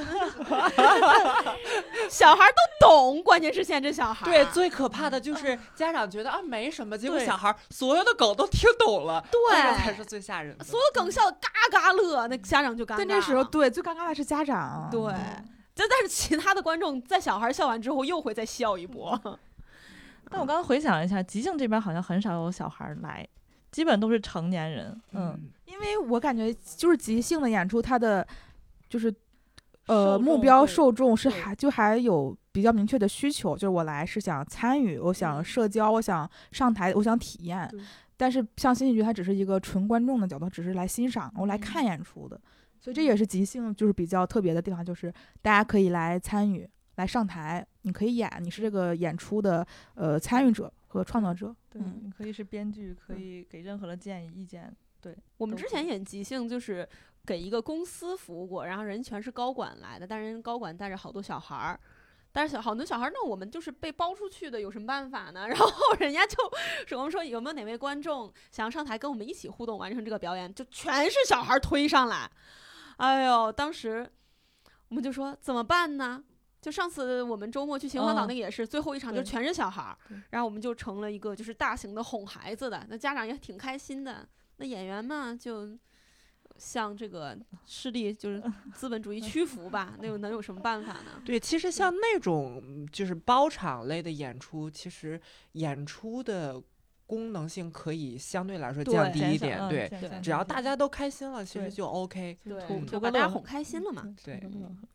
小孩都懂，关键是现在这小孩。 对，最可怕的就是家长觉得没什么，结果小孩所有的梗都听懂了， 对， 这个才是最吓人的。 所有梗笑的嘎嘎乐，那家长就尴尬了。 但这时候，对，最尴尬的是家长。 对，但是其他的观众在小孩笑完之后又会再笑一波。 但我刚刚回想一下，即兴这边好像很少有小孩来，基本都是成年人。 因为我感觉就是即兴的演出，它的就是目标受众是还有比较明确的需求，就是我来是想参与，我想社交，我想上台，我想体验。但是像新喜剧，它只是一个纯观众的角度，只是来欣赏，我来看演出的。所以这也是即兴就是比较特别的地方，就是大家可以来参与。来上台，你可以演，你是这个演出的参与者和创作者。 对，你可以是编剧，可以给任何的意见。对， 我们之前演即兴就是给一个公司服务过，然后人全是高管来的，但是人高管带着好多小孩儿，但是好多小孩儿，那我们就是被包出去的，有什么办法呢？然后人家就说，我们说有没有哪位观众想要上台跟我们一起互动完成这个表演，就全是小孩推上来。哎呦，当时我们就说怎么办呢？就上次我们周末去秦皇岛那个也是，最后一场就全是小孩，然后我们就成了一个就是大型的哄孩子的，那家长也挺开心的。那演员嘛，就向这个势力就是资本主义屈服吧，那能有什么办法呢？ 对，其实像那种就是包场类的演出，其实演出的功能性可以相对来说降低一点，对，只要大家都开心了，其实就 OK。 对，就把大家哄开心了嘛。 对。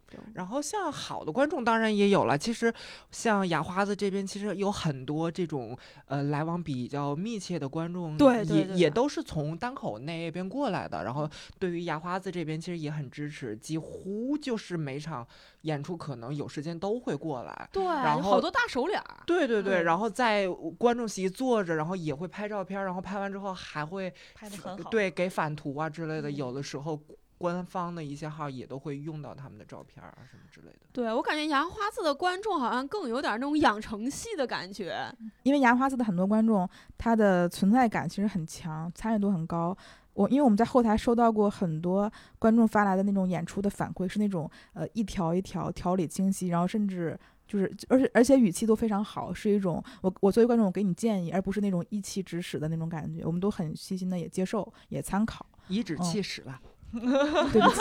然后像好的观众当然也有了，其实像雅花子这边其实有很多这种来往比较密切的观众， 对也都是从单口那边过来的。然后对于雅花子这边其实也很支持，几乎就是每场演出可能有时间都会过来。 对， 然后好多大手脸。 对，然后在观众席坐着，然后也会拍照片，然后拍完之后还会拍得很好， 对，给返图啊之类的，有的时候官方的一些号也都会用到他们的照片啊什么之类的。 对，我感觉牙花子的观众好像更有点那种养成系的感觉。 因为牙花子的很多观众，他的存在感其实很强，参与度很高。因为我们在后台收到过很多观众发来的那种演出的反馈，是那种一条一条条理清晰，然后甚至就是而且语气都非常好，是一种我作为观众我给你建议，而不是那种意气指使的那种感觉。我们都很细心的也接受也参考， 颐指气使了。 对不起，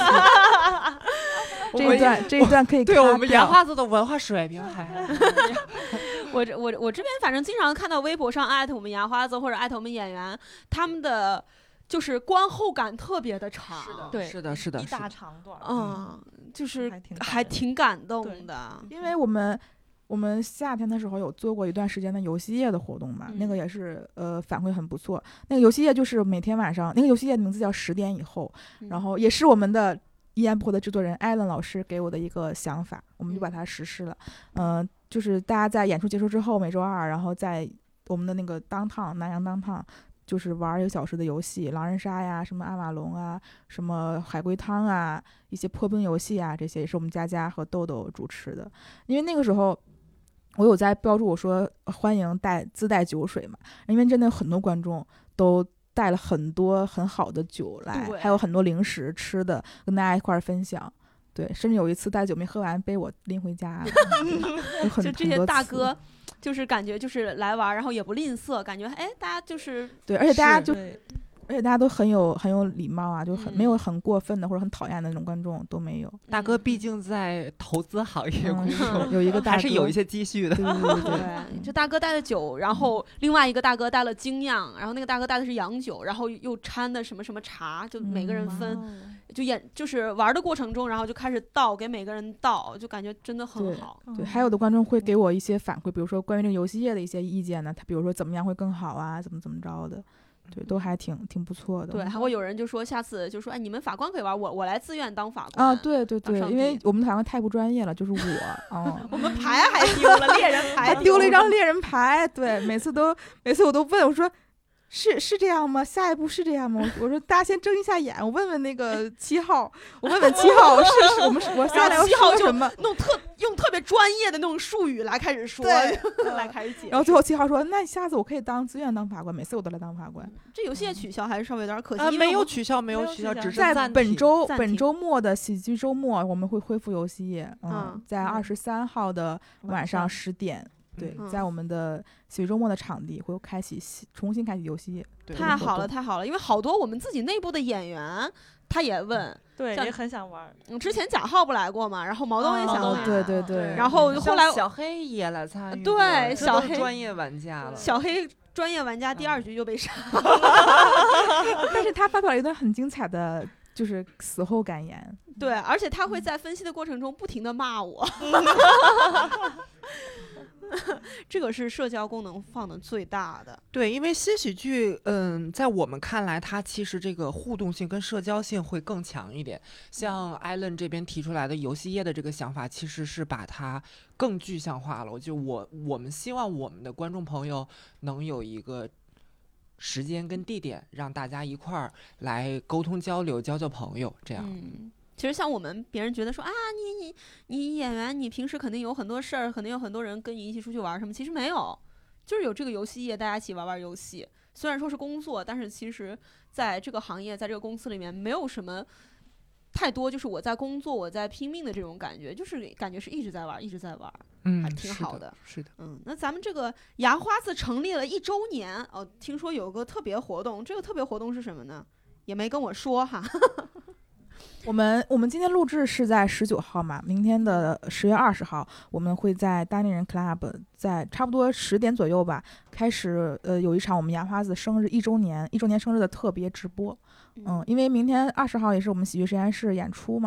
这一段可以对我们牙牙花子的文化水平还我这边反正经常看到微博上艾特我们牙花子或者艾特我们演员，他们的就是观后感特别的长。 对， 是的一大长段， 就是还挺感动的。 因为我们夏天的时候有做过一段时间的游戏夜的活动嘛，那个也是反馈很不错。那个游戏夜就是每天晚上，那个游戏夜的名字叫10点以后，然后也是我们的一言不合的制作人艾伦老师给我的一个想法，我们就把它实施了。就是大家在演出结束之后，每周二，然后在我们的那个南阳当就是玩1个小时的游戏，狼人杀呀，什么阿瓦隆啊，什么海龟汤啊，一些破冰游戏啊，这些也是我们佳佳和豆豆主持的。因为那个时候我有在标注我说欢迎自带酒水嘛，因为真的有很多观众都带了很多很好的酒来，还有很多零食吃的跟大家一块分享。对，甚至有一次带酒没喝完被我拎回家就这些大哥就是感觉就是来玩，然后也不吝啬，感觉大家就是对，而且大家都很有礼貌啊，就没有很过分的或者很讨厌的那种观众都没有。 大哥毕竟在投资行业工作， 有一个大哥还是有一些积蓄的。 对，这大哥带的酒，然后另外一个大哥带了精酿，然后那个大哥带的是洋酒，然后又掺的什么什么茶，就每个人分。就是玩的过程中，然后就开始给每个人倒，就感觉真的很好。 对，还有的观众会给我一些反馈，比如说关于这个游戏业的一些意见呢，他比如说怎么样会更好啊，怎么着的。对，都还挺不错的。 对，还会有人就说下次就说，你们法官可以玩，我来自愿当法官啊。对，因为我们的法官太不专业了，就是我们牌还丢了，猎人牌丢了一张猎人牌。对，每次我都问我说。是这样吗？下一步是这样吗？我说大家先睁一下眼，我问问那个7号，我下来要说什么？ 用特别专业的那种术语来开始说，来开始解释。 然后最后7号说：“那下次我可以自愿当法官，每次我都来当法官。” 这游戏取消还是稍微有点可惜。 没有取消，只是在本周末的喜剧周末，我们会恢复游戏业。在23号的晚上10点。对，在我们的喜剧周末的场地会重新开启游戏业。 太好了，因为好多我们自己内部的演员他也问， 对，也很想玩。 之前贾浩不来过嘛，然后毛东也想来， 对。 然后后来小黑也来参与， 对，小黑专业玩家了。 小黑专业玩家第2局就被杀， 但是他发表了一段很精彩的。就是死后感言， 对，而且他会在分析的过程中不停的骂我，这个是社交功能放的最大的。 对，因为新喜剧，在我们看来，它其实这个互动性跟社交性会更强一点。像艾伦这边提出来的游戏业的这个想法，其实是把它更具象化了。我们希望我们的观众朋友能有一个时间跟地点，让大家一块儿来沟通交流，交朋友，这样。 其实像别人觉得说啊，你演员，你平时肯定有很多事儿，肯定有很多人跟你一起出去玩什么，其实没有，就是有这个游戏业，大家一起玩游戏。虽然说是工作，但是其实在这个行业，在这个公司里面，没有什么太多，就是我在工作，我在拼命的这种感觉，就是感觉是一直在玩，还挺好的。 是的。 那咱们这个牙花子成立了1周年哦，听说有个特别活动，这个特别活动是什么呢？也没跟我说哈。 我们今天录制是在19号嘛，明天的10月20号，我们会在单立人 Club 在差不多10点左右吧，开始有一场我们牙花子生日1周年生日的特别直播。因为明天20号也是我们喜剧实验室演出嘛，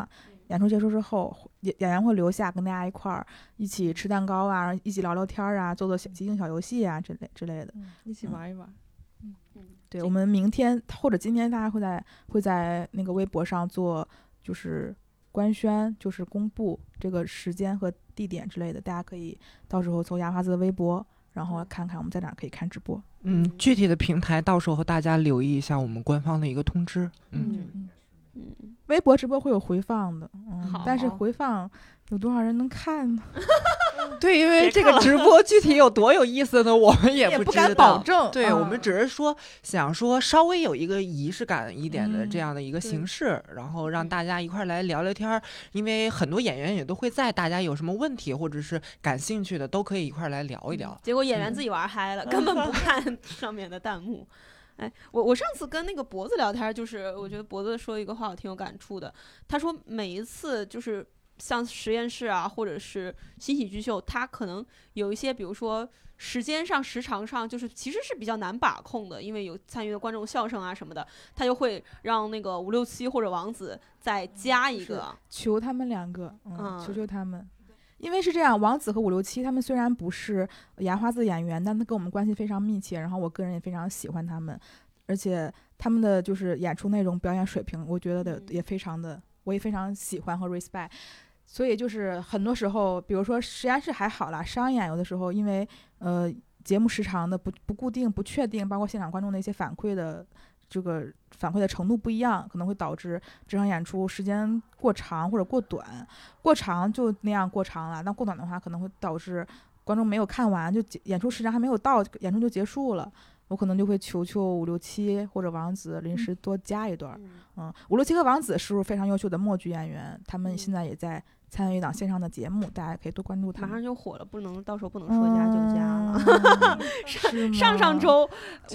演出结束之后，演员会留下跟大家一块儿一起吃蛋糕啊，一起聊聊天啊，做即兴小游戏啊之类的。 一起玩一玩。 对，我们明天或者今天大家会在那个微博上做就是官宣，就是公布这个时间和地点之类的，大家可以到时候搜牙花子的微博，然后看看我们在哪儿可以看直播。 具体的平台到时候和大家留意一下我们官方的一个通知。 微博直播会有回放的，但是好回放有多少人能看呢？ 对，因为这个直播具体有多有意思呢，我们也不敢知道。 保证。 对，我们只是想说稍微有一个仪式感一点的这样的一个形式，然后让大家一块来聊聊天儿。因为很多演员也都会在，大家有什么问题或者是感兴趣的，都可以一块来聊一聊。 结果演员自己玩嗨了，根本不看上面的弹幕。哎，我上次跟那个脖子聊天，就是我觉得脖子说一个话我挺有感触的。他说每一次就是像实验室啊，或者是新喜剧秀，他可能有一些，比如说时间上、时长上，就是其实是比较难把控的，因为有参与的观众笑声啊什么的，他就会让那个567或者王子再加一个， 求他们两个，求他们。因为是这样，王子和567他们虽然不是牙花子演员，但他跟我们关系非常密切，然后我个人也非常喜欢他们，而且他们的就是演出内容、表演水平，我觉得也非常的，我也非常喜欢和 respect。所以就是很多时候，比如说实验室还好啦，商演有的时候因为节目时长的不固定、不确定，包括现场观众的一些反馈的程度不一样，可能会导致这场演出时间过长或者过短。过长就那样过长了，那过短的话可能会导致观众没有看完，就演出时长还没有到，演出就结束了。我可能就会求567或者王子临时多加一段。567和王子是非常优秀的默剧演员，他们现在也在参与一档线上的节目，大家可以多关注他们。 马上就火了，到时候不能说加就加了。上周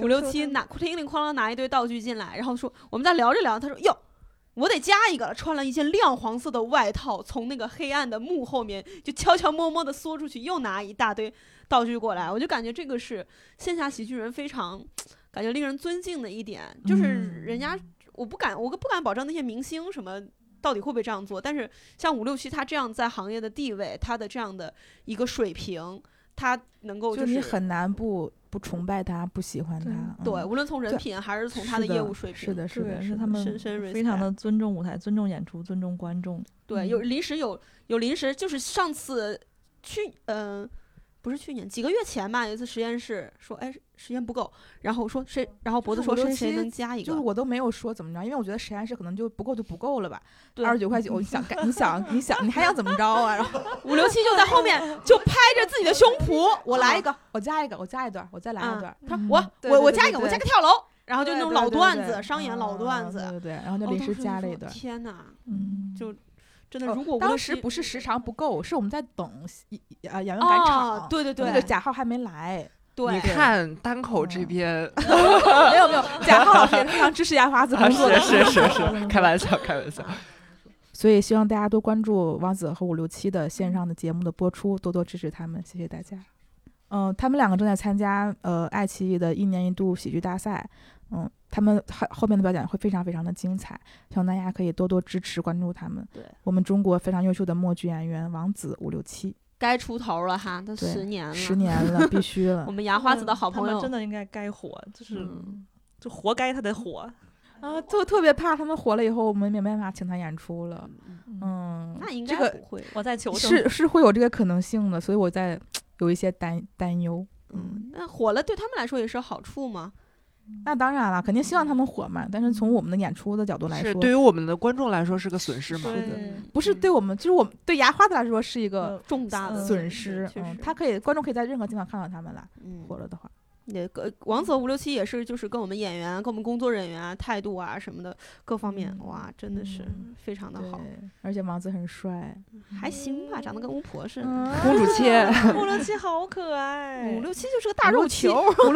567叮铃哐啷拿一堆道具进来，然后说我们在聊着聊，他说哟，我得加一个了，穿了一件亮黄色的外套，从那个黑暗的幕后面就悄悄摸摸的缩出去，又拿一大堆道具过来。我就感觉这个是线下喜剧人非常感觉令人尊敬的一点，就是人家我不敢保证那些明星什么到底会不会这样做，但是像567他这样在行业的地位，他的这样的一个水平，他能够就你很难不崇拜他，不喜欢他。 对，无论从人品还是从他的业务水平， 是的， 是他们深深非常的尊重舞台、尊重演出、尊重观众。 对，有临时，就是上次不是去年几个月前吧，有一次实验室说，哎，时间不够，然后说谁，然后脖子说谁能加一个， 就是我都没有说怎么着，因为我觉得实验室可能就不够就不够了吧，29块9，你还想怎么着啊？然后 567就在后面就拍着自己的胸脯， 我来一个，我加一个，我加一段，我再来一段， 他我加一个，我加个跳楼，然后就那种老段子，商演老段子， 对，然后就临时加了一段， 天哪，就。真的，如果当时不是时长不够，是我们在等演员赶场， 对， 那个贾浩还没来。 对， 你看单口这边没有，贾浩老师也非常支持牙花子工作的， 是，开玩笑。 所以希望大家多关注王子和567的线上的节目的播出，多多支持他们，谢谢大家。他们两个正在参加爱奇艺的1年1度喜剧大赛。他们后面的表演会非常非常的精彩，希望大家可以多多支持关注他们。 对， 我们中国非常优秀的默剧演员王子567 该出头了哈，他10 年了，必须了。 我们牙花子的好朋友真的应该火，就活该他得火啊！就特别怕他们火了以后，我们没办法请他演出了。 那应该不会， 我再求是会有这个可能性的，所以我在有一些担忧。 那火了对他们来说也是好处吗？ 那当然了，肯定希望他们火嘛。但是从我们的演出的角度来说， 对于我们的观众来说是个损失嘛？ 不是对我们，就是我们对牙花子来说是一个重大的损失。观众可以在任何地方看到他们了。火了的话， 王子567也是，就是跟我们演员、跟我们工作人员啊、态度啊什么的各方面，哇，真的是非常的好。 而且王子很帅， 还行吧，长得跟巫婆似的。 公主切 ，567好可爱。 567就是个大肉球。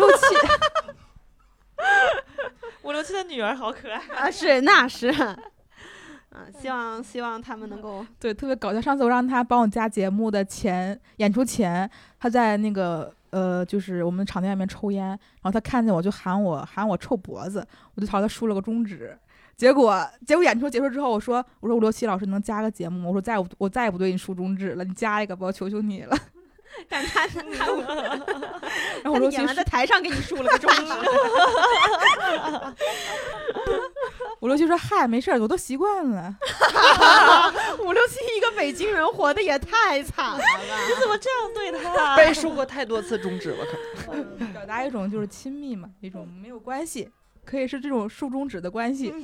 567的女儿好可爱啊！那是。希望他们能够对，特别搞笑。上次我让他帮我加节目的演出前，他在那个就是我们场地外面抽烟，然后他看见我就喊我臭脖子，我就朝他竖了个中指。 结果演出结束之后，我说吴六七老师能加个节目吗？我说我再也不对你竖中指了，你加一个吧，我求求你了。 但他然后吴六七演完在台上给你竖了个中指。 吴六七说嗨，没事儿，我都习惯了。 5、6、7一个北京人活得也太惨了吧？ 你怎么这样对他？ 被竖过太多次中指了，可能。 表达一种就是亲密嘛，一种没有关系，可以是这种竖中指的关系。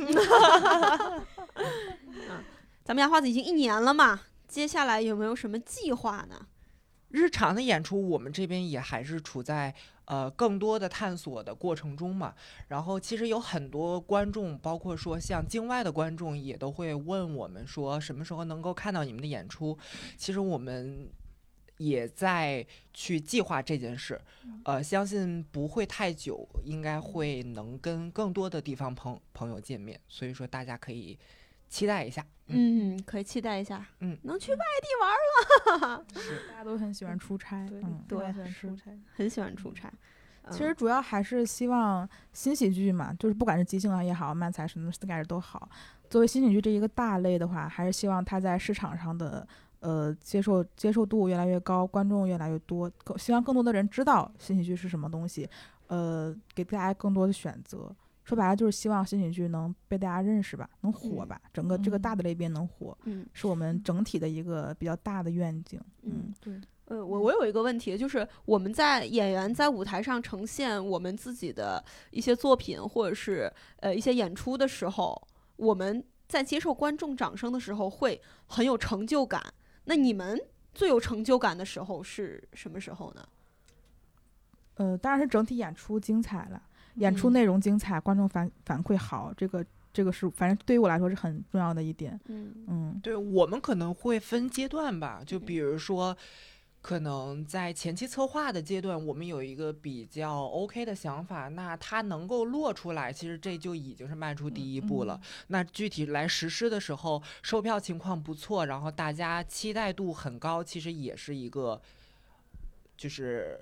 咱们牙花子已经1年了嘛，接下来有没有什么计划呢？ 日常的演出，我们这边也还是处在更多的探索的过程中嘛。然后其实有很多观众，包括说像境外的观众，也都会问我们说什么时候能够看到你们的演出。其实我们也在去计划这件事，相信不会太久，应该会能跟更多的地方朋友见面。所以说大家可以期待一下。 可以期待一下。能去外地玩了。 大家都很喜欢出差。 对， 出差很喜欢出差。 其实主要还是希望新喜剧嘛，就是不管是即兴啊也好，漫才什么 sketch 都好，作为新喜剧这一个大类的话，还是希望它在市场上的接受度越来越高，观众越来越多，希望更多的人知道新喜剧是什么东西，给大家更多的选择。说白了就是希望新喜剧能被大家认识吧，能火吧，整个这个大的类别能火，是我们整体的一个比较大的愿景。 对。 我有一个问题，就是我们演员在舞台上呈现我们自己的一些作品，或者是一些演出的时候，我们在接受观众掌声的时候会很有成就感。那你们最有成就感的时候是什么时候呢？ 当然是整体演出精彩了。演出内容精彩，观众反馈好，这个是反正对于我来说是很重要的一点。 对，我们可能会分阶段吧，就比如说可能在前期策划的阶段，我们有一个比较 OK 的想法，那它能够落出来，其实这就已经是迈出第一步了。那具体来实施的时候，售票情况不错，然后大家期待度很高，其实也是一个就是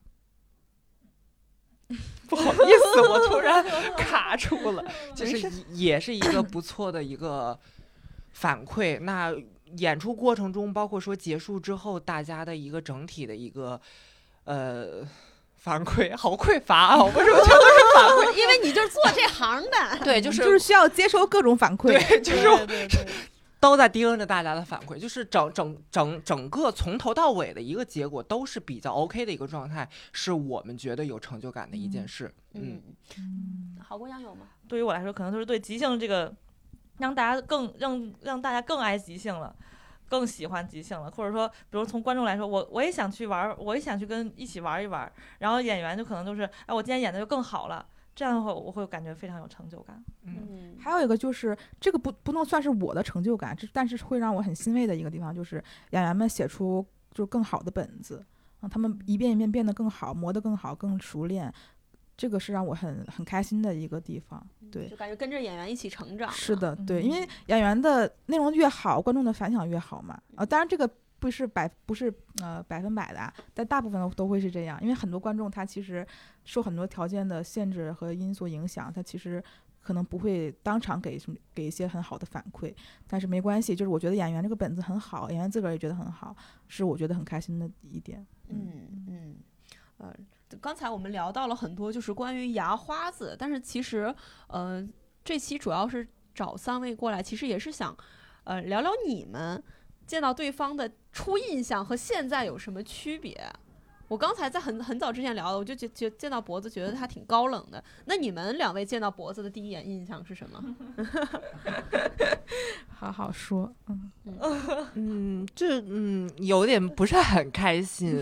不好意思，我突然卡住了，就是也是一个不错的一个反馈。那演出过程中，包括说结束之后，大家的一个整体的一个反馈，好匮乏啊！为什么全都是反馈？ 因为你就是做这行的， 对， 就是需要接收各种反馈， 对，就是都在盯着大家的反馈，就是整个从头到尾的一个结果都是比较 OK 的一个状态，是我们觉得有成就感的一件事。 郝国阳有吗？ 对于我来说，可能就是对即兴这个，让大家更爱即兴了，更喜欢即兴了，或者说，比如从观众来说，我也想去玩，我也想去一起玩一玩，然后演员就可能就是，我今天演的就更好了。这样的话，我会感觉非常有成就感。 还有一个就是这个不能算是我的成就感，但是会让我很欣慰的一个地方，就是演员们写出就更好的本子，他们一遍一遍变得更好，磨得更好，更熟练，这个是让我很开心的一个地方。对， 就感觉跟着演员一起成长。 是的，对，因为演员的内容越好，观众的反响越好嘛。当然这个不是百分百的，但大部分都会是这样，因为很多观众他其实受很多条件的限制和因素影响，他其实可能不会当场给一些很好的反馈，但是没关系，就是我觉得演员这个本子很好，演员自个儿也觉得很好，是我觉得很开心的一点。 刚才我们聊到了很多就是关于牙花子，但是其实这期主要是找3位过来，其实也是想聊聊你们见到对方的初印象和现在有什么区别。我刚才在很早之前聊的，我就见到脖子觉得他挺高冷的。那你们2位见到脖子的第一眼印象是什么？ 好好说。 有点不是很开心。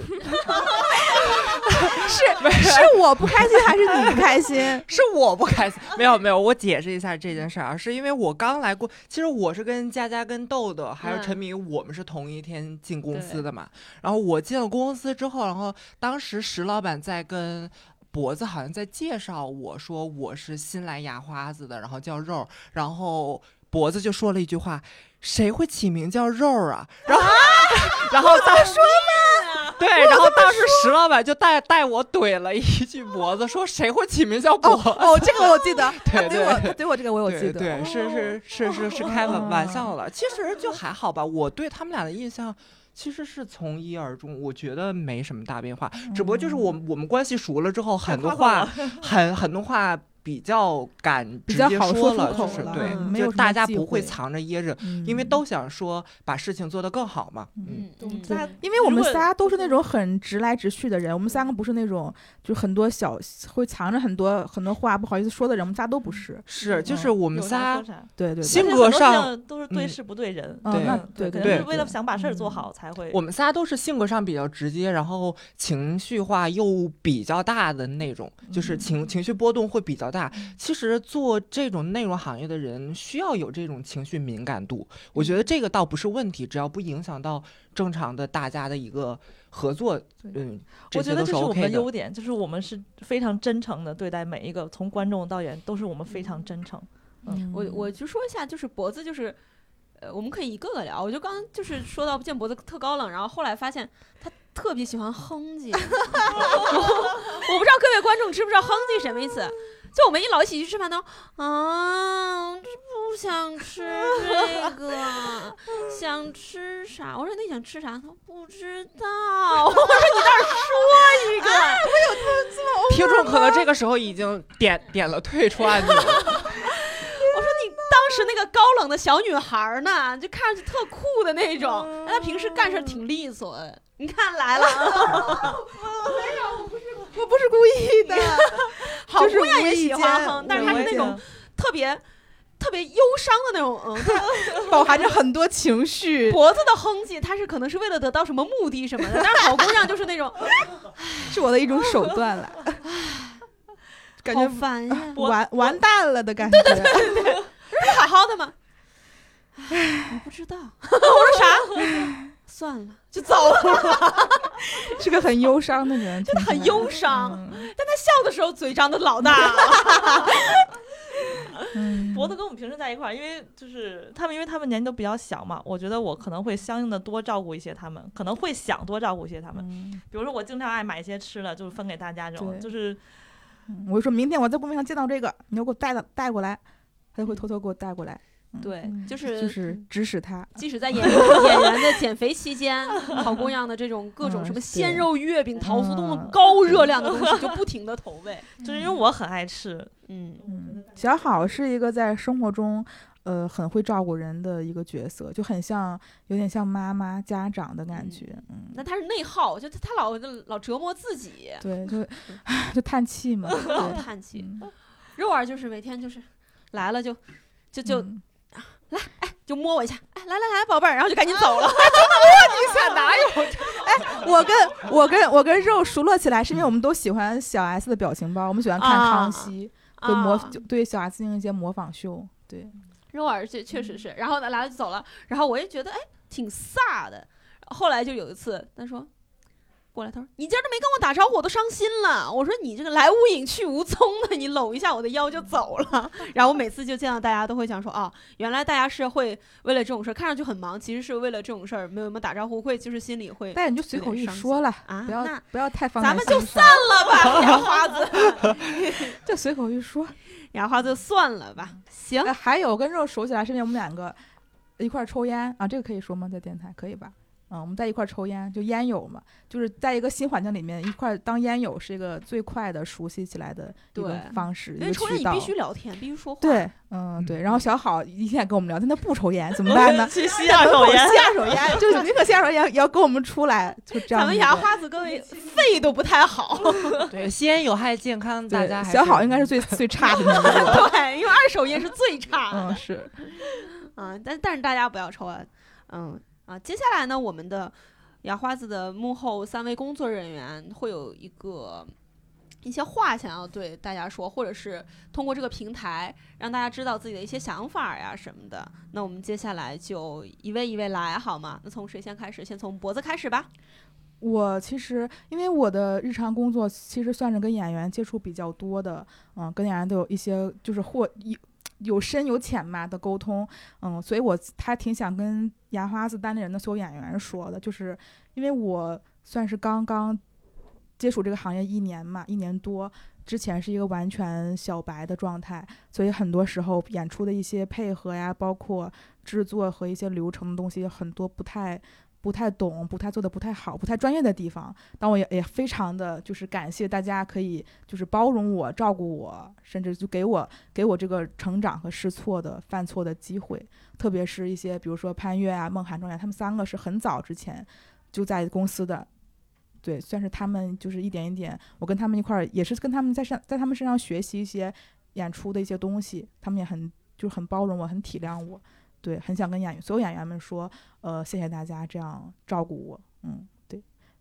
是我不开心还是你不开心？ 是我不开心。没有，我解释一下这件事儿，是因为我刚来过，其实我是跟佳佳跟豆豆还有陈明，我们是同一天进公司的嘛。然后我进了公司之后，然后当时石老板在跟脖子好像在介绍我说我是新来牙花子的，然后叫肉，然后脖子就说了一句话：谁会起名叫肉啊？然后他说呢？ 对，然后当时石老板就带我怼了一句脖子，说谁会起名叫脖子？ 这个我记得， 对他怼我这个我有记得， 对，是开玩笑了。其实就还好吧，我对他们俩的印象其实是从一而终，我觉得没什么大变化，只不过就是我们关系熟了之后，很多话比较敢直接说了，就是对，就大家不会藏着掖着，因为都想说把事情做得更好嘛。 因为我们仨都是那种很直来直去的人，我们三个不是那种就很多会藏着很多话不好意思说的人，我们仨都不是。 是，就是我们仨对性格上都是对事不对人， 对， 可能是为了想把事儿做好才会。 我们仨都是性格上比较直接，然后情绪化又比较大的那种，就是情绪波动会比较大。其实做这种内容行业的人需要有这种情绪敏感度，我觉得这个倒不是问题，只要不影响到正常的大家的一个合作， 我觉得这是我们的优点，就是我们是非常真诚的对待每一个，从观众到演都是我们非常真诚。 我就说一下，就是脖子，就是我们可以一个个聊。我就刚就是说到见脖子特高冷，然后后来发现他特别喜欢哼唧。我不知道各位观众知不知道哼唧什么意思？就我们一起去吃饭都不想吃这个，想吃啥？我说你想吃啥？他说不知道。我说你倒是说一个。 我有这么听众可能这个时候已经点了退出按钮了。 我说你当时那个高冷的小女孩呢，就看上去特酷的那种，她平时干事挺利索的。你看来了， 我不是故意的， 好姑娘也喜欢哼，但是她是那种特别忧伤的那种， 饱含着很多情绪。 脖子的哼唧，她是可能是为了得到什么目的什么的，但是好姑娘就是那种， 是我的一种手段了，感觉烦呀， 完蛋了的感觉。 对，好好的嘛。我不知道，我说啥？算了，就走了。 是个很忧伤的人， 真的很忧伤，但他笑的时候嘴张得老大了。 脖子跟我们平时在一块儿，因为他们年纪都比较小嘛，我觉得我可能会相应的多照顾一些他们，可能会想多照顾一些他们。比如说我经常爱买一些吃的，就是分给大家这种，就是我就说明天我在公屏上见到这个，你要给我带过来，他就会偷偷给我带过来。 对，就是指使他， 即使在演员的减肥期间，好姑娘的这种各种什么鲜肉月饼、桃酥冻高热量的东西就不停的投喂， 就是因为我很爱吃。 小好是一个在生活中很会照顾人的一个角色，就有点像妈妈家长的感觉。 那他是内耗，就他老折磨自己， 对，就叹气嘛， 叹气。肉儿就是每天就是来了就。来，就摸我一下，来，宝贝儿，然后就赶紧走了。 真的摸你一下哪有？我跟肉熟络起来，是因为我们都喜欢小 S 的表情包，我们喜欢看康熙，会对小 S 进行一些模仿秀。对， 肉儿确实是，然后呢来了就走了，然后我也觉得挺飒的。后来就有一次，他说。过来，他说：“你今儿都没跟我打招呼，我都伤心了。”我说：“你这个来无影去无踪的，你搂一下我的腰就走了。”然后我每次就见到大家都会讲说：“哦，原来大家是会为了这种事儿，看上去很忙，其实是为了这种事儿没有打招呼，会就是心里会。” 但你就随口一说了啊，不要太放在咱们就散了吧，牙花子， 就随口一说， 牙花子算了吧。行， 还有跟肉熟起来是因为我们两个一块抽烟啊，这个可以说吗？在电台可以吧？我们在一块抽烟，就烟友嘛，就是在一个新环境里面一块当烟友是一个最快的熟悉起来的一个方式， 因为抽烟你必须聊天，必须说话。 对，对。然后小好一天跟我们聊天，他不抽烟怎么办呢？ 去吸二手烟， 就是宁可吸二手烟也要跟我们出来，就这样。 咱们牙花子跟肺都不太好。 对，吸烟有害健康，大家小好应该是最差的那个。 对，因为二手烟是最差的。 是。 但是大家不要抽啊，接下来呢，我们的牙花子的幕后3位工作人员会有一些话想要对大家说，或者是通过这个平台让大家知道自己的一些想法呀什么的。那我们接下来就一位一位来好吗？那从谁先开始？先从脖子开始吧。 我其实因为我的日常工作其实算是跟演员接触比较多的，跟演员都有一些就是有深有浅嘛的沟通，所以我还挺想跟牙花子单立人的所有演员说的，就是因为我算是刚刚接触这个行业1年嘛，1年多，之前是一个完全小白的状态，所以很多时候演出的一些配合呀，包括制作和一些流程的东西，很多不太懂，不太做的不太好，不太专业的地方。但我也非常的就是感谢大家可以就是包容我、照顾我，甚至就给我这个成长和试错的犯错的机会。特别是一些比如说潘越啊、孟涵庄呀，他们3个是很早之前就在公司的。对，算是他们就是一点一点，我跟他们一块儿也是跟他们在他们身上学习一些演出的一些东西，他们也很包容我，很体谅我，对，很想跟所有演员们说，谢谢大家这样照顾我，对。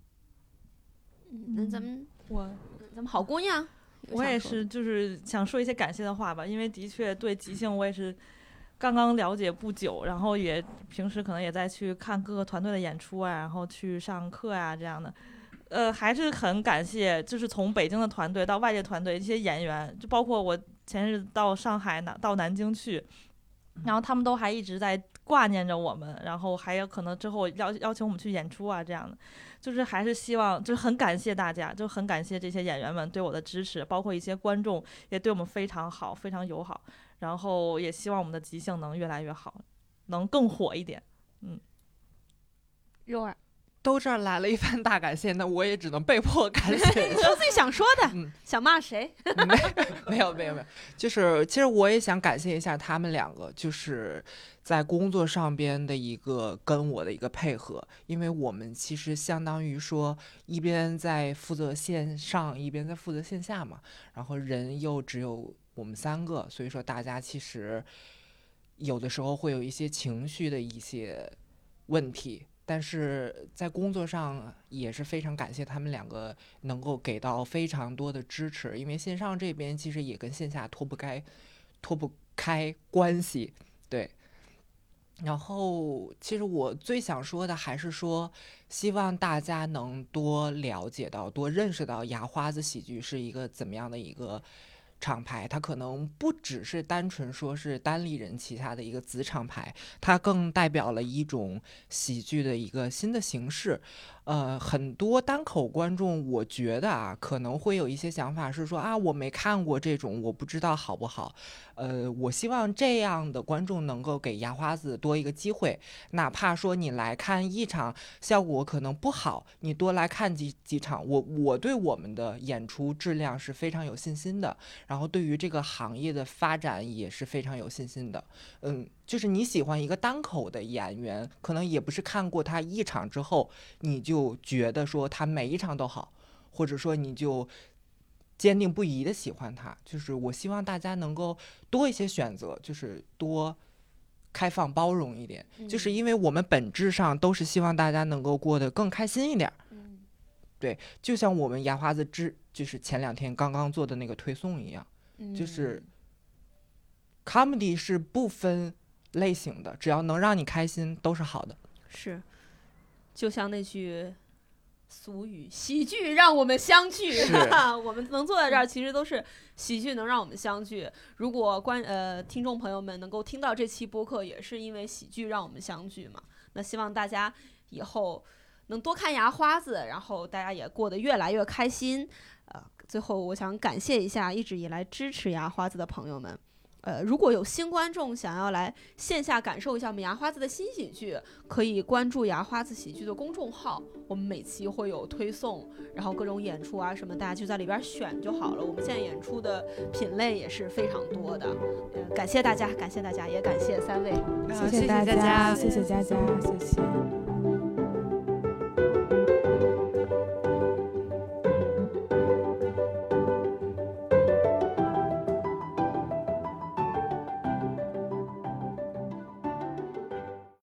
那咱们好姑娘， 我也是就是想说一些感谢的话吧，因为的确对即兴我也是刚刚了解不久，然后也平时可能也在去看各个团队的演出啊，然后去上课啊这样的。还是很感谢，就是从北京的团队到外界团队这些演员，就包括我前日到上海到南京去，然后他们都还一直在挂念着我们，然后还有可能之后邀请我们去演出啊这样的，就是还是希望，就是很感谢大家，就很感谢这些演员们对我的支持，包括一些观众也对我们非常好，非常友好，然后也希望我们的即兴能越来越好，能更火一点。 肉儿都这儿来了一番大感谢，那我也只能被迫感谢。 说自己想说的，想骂谁？ 没有，就是其实我也想感谢一下他们2个，就是在工作上边的一个跟我的一个配合，因为我们其实相当于说一边在负责线上，一边在负责线下嘛，然后人又只有我们3个，所以说大家其实有的时候会有一些情绪的一些问题。但是在工作上也是非常感谢他们2个能够给到非常多的支持，因为线上这边其实也跟线下脱不开关系，对。然后其实我最想说的还是说，希望大家能多了解到、多认识到牙花子喜剧是一个怎么样的一个厂牌，它可能不只是单纯说是单立人旗下的一个子厂牌，它更代表了一种喜剧的一个新的形式。很多单口观众我觉得啊，可能会有一些想法是说啊，我没看过这种，我不知道好不好。我希望这样的观众能够给牙花子多一个机会，哪怕说你来看1场效果可能不好，你多来看几场，我对我们的演出质量是非常有信心的，然后对于这个行业的发展也是非常有信心的。就是你喜欢一个单口的演员，可能也不是看过他1场之后你就觉得说他每一场都好，或者说你就坚定不移的喜欢他。就是我希望大家能够多一些选择，就是多开放包容一点，就是因为我们本质上都是希望大家能够过得更开心一点。对，就像我们牙花子就是前2天刚刚做的那个推送一样，就是 comedy 是不分类型的，只要能让你开心都是好的。 是，就像那句俗语，喜剧让我们相聚。我们能坐在这儿，其实都是喜剧能让我们相聚。如果听众朋友们能够听到这期播客，也是因为喜剧让我们相聚嘛。那希望大家以后能多看牙花子，然后大家也过得越来越开心。最后我想感谢一下一直以来支持牙花子的朋友们。如果有新观众想要来线下感受一下我们牙花子的新喜剧，可以关注牙花子喜剧的公众号，我们每期会有推送，然后各种演出啊什么，大家就在里边选就好了。我们现在演出的品类也是非常多的。感谢大家，也感谢3位， 谢谢大家，谢谢佳佳，谢谢。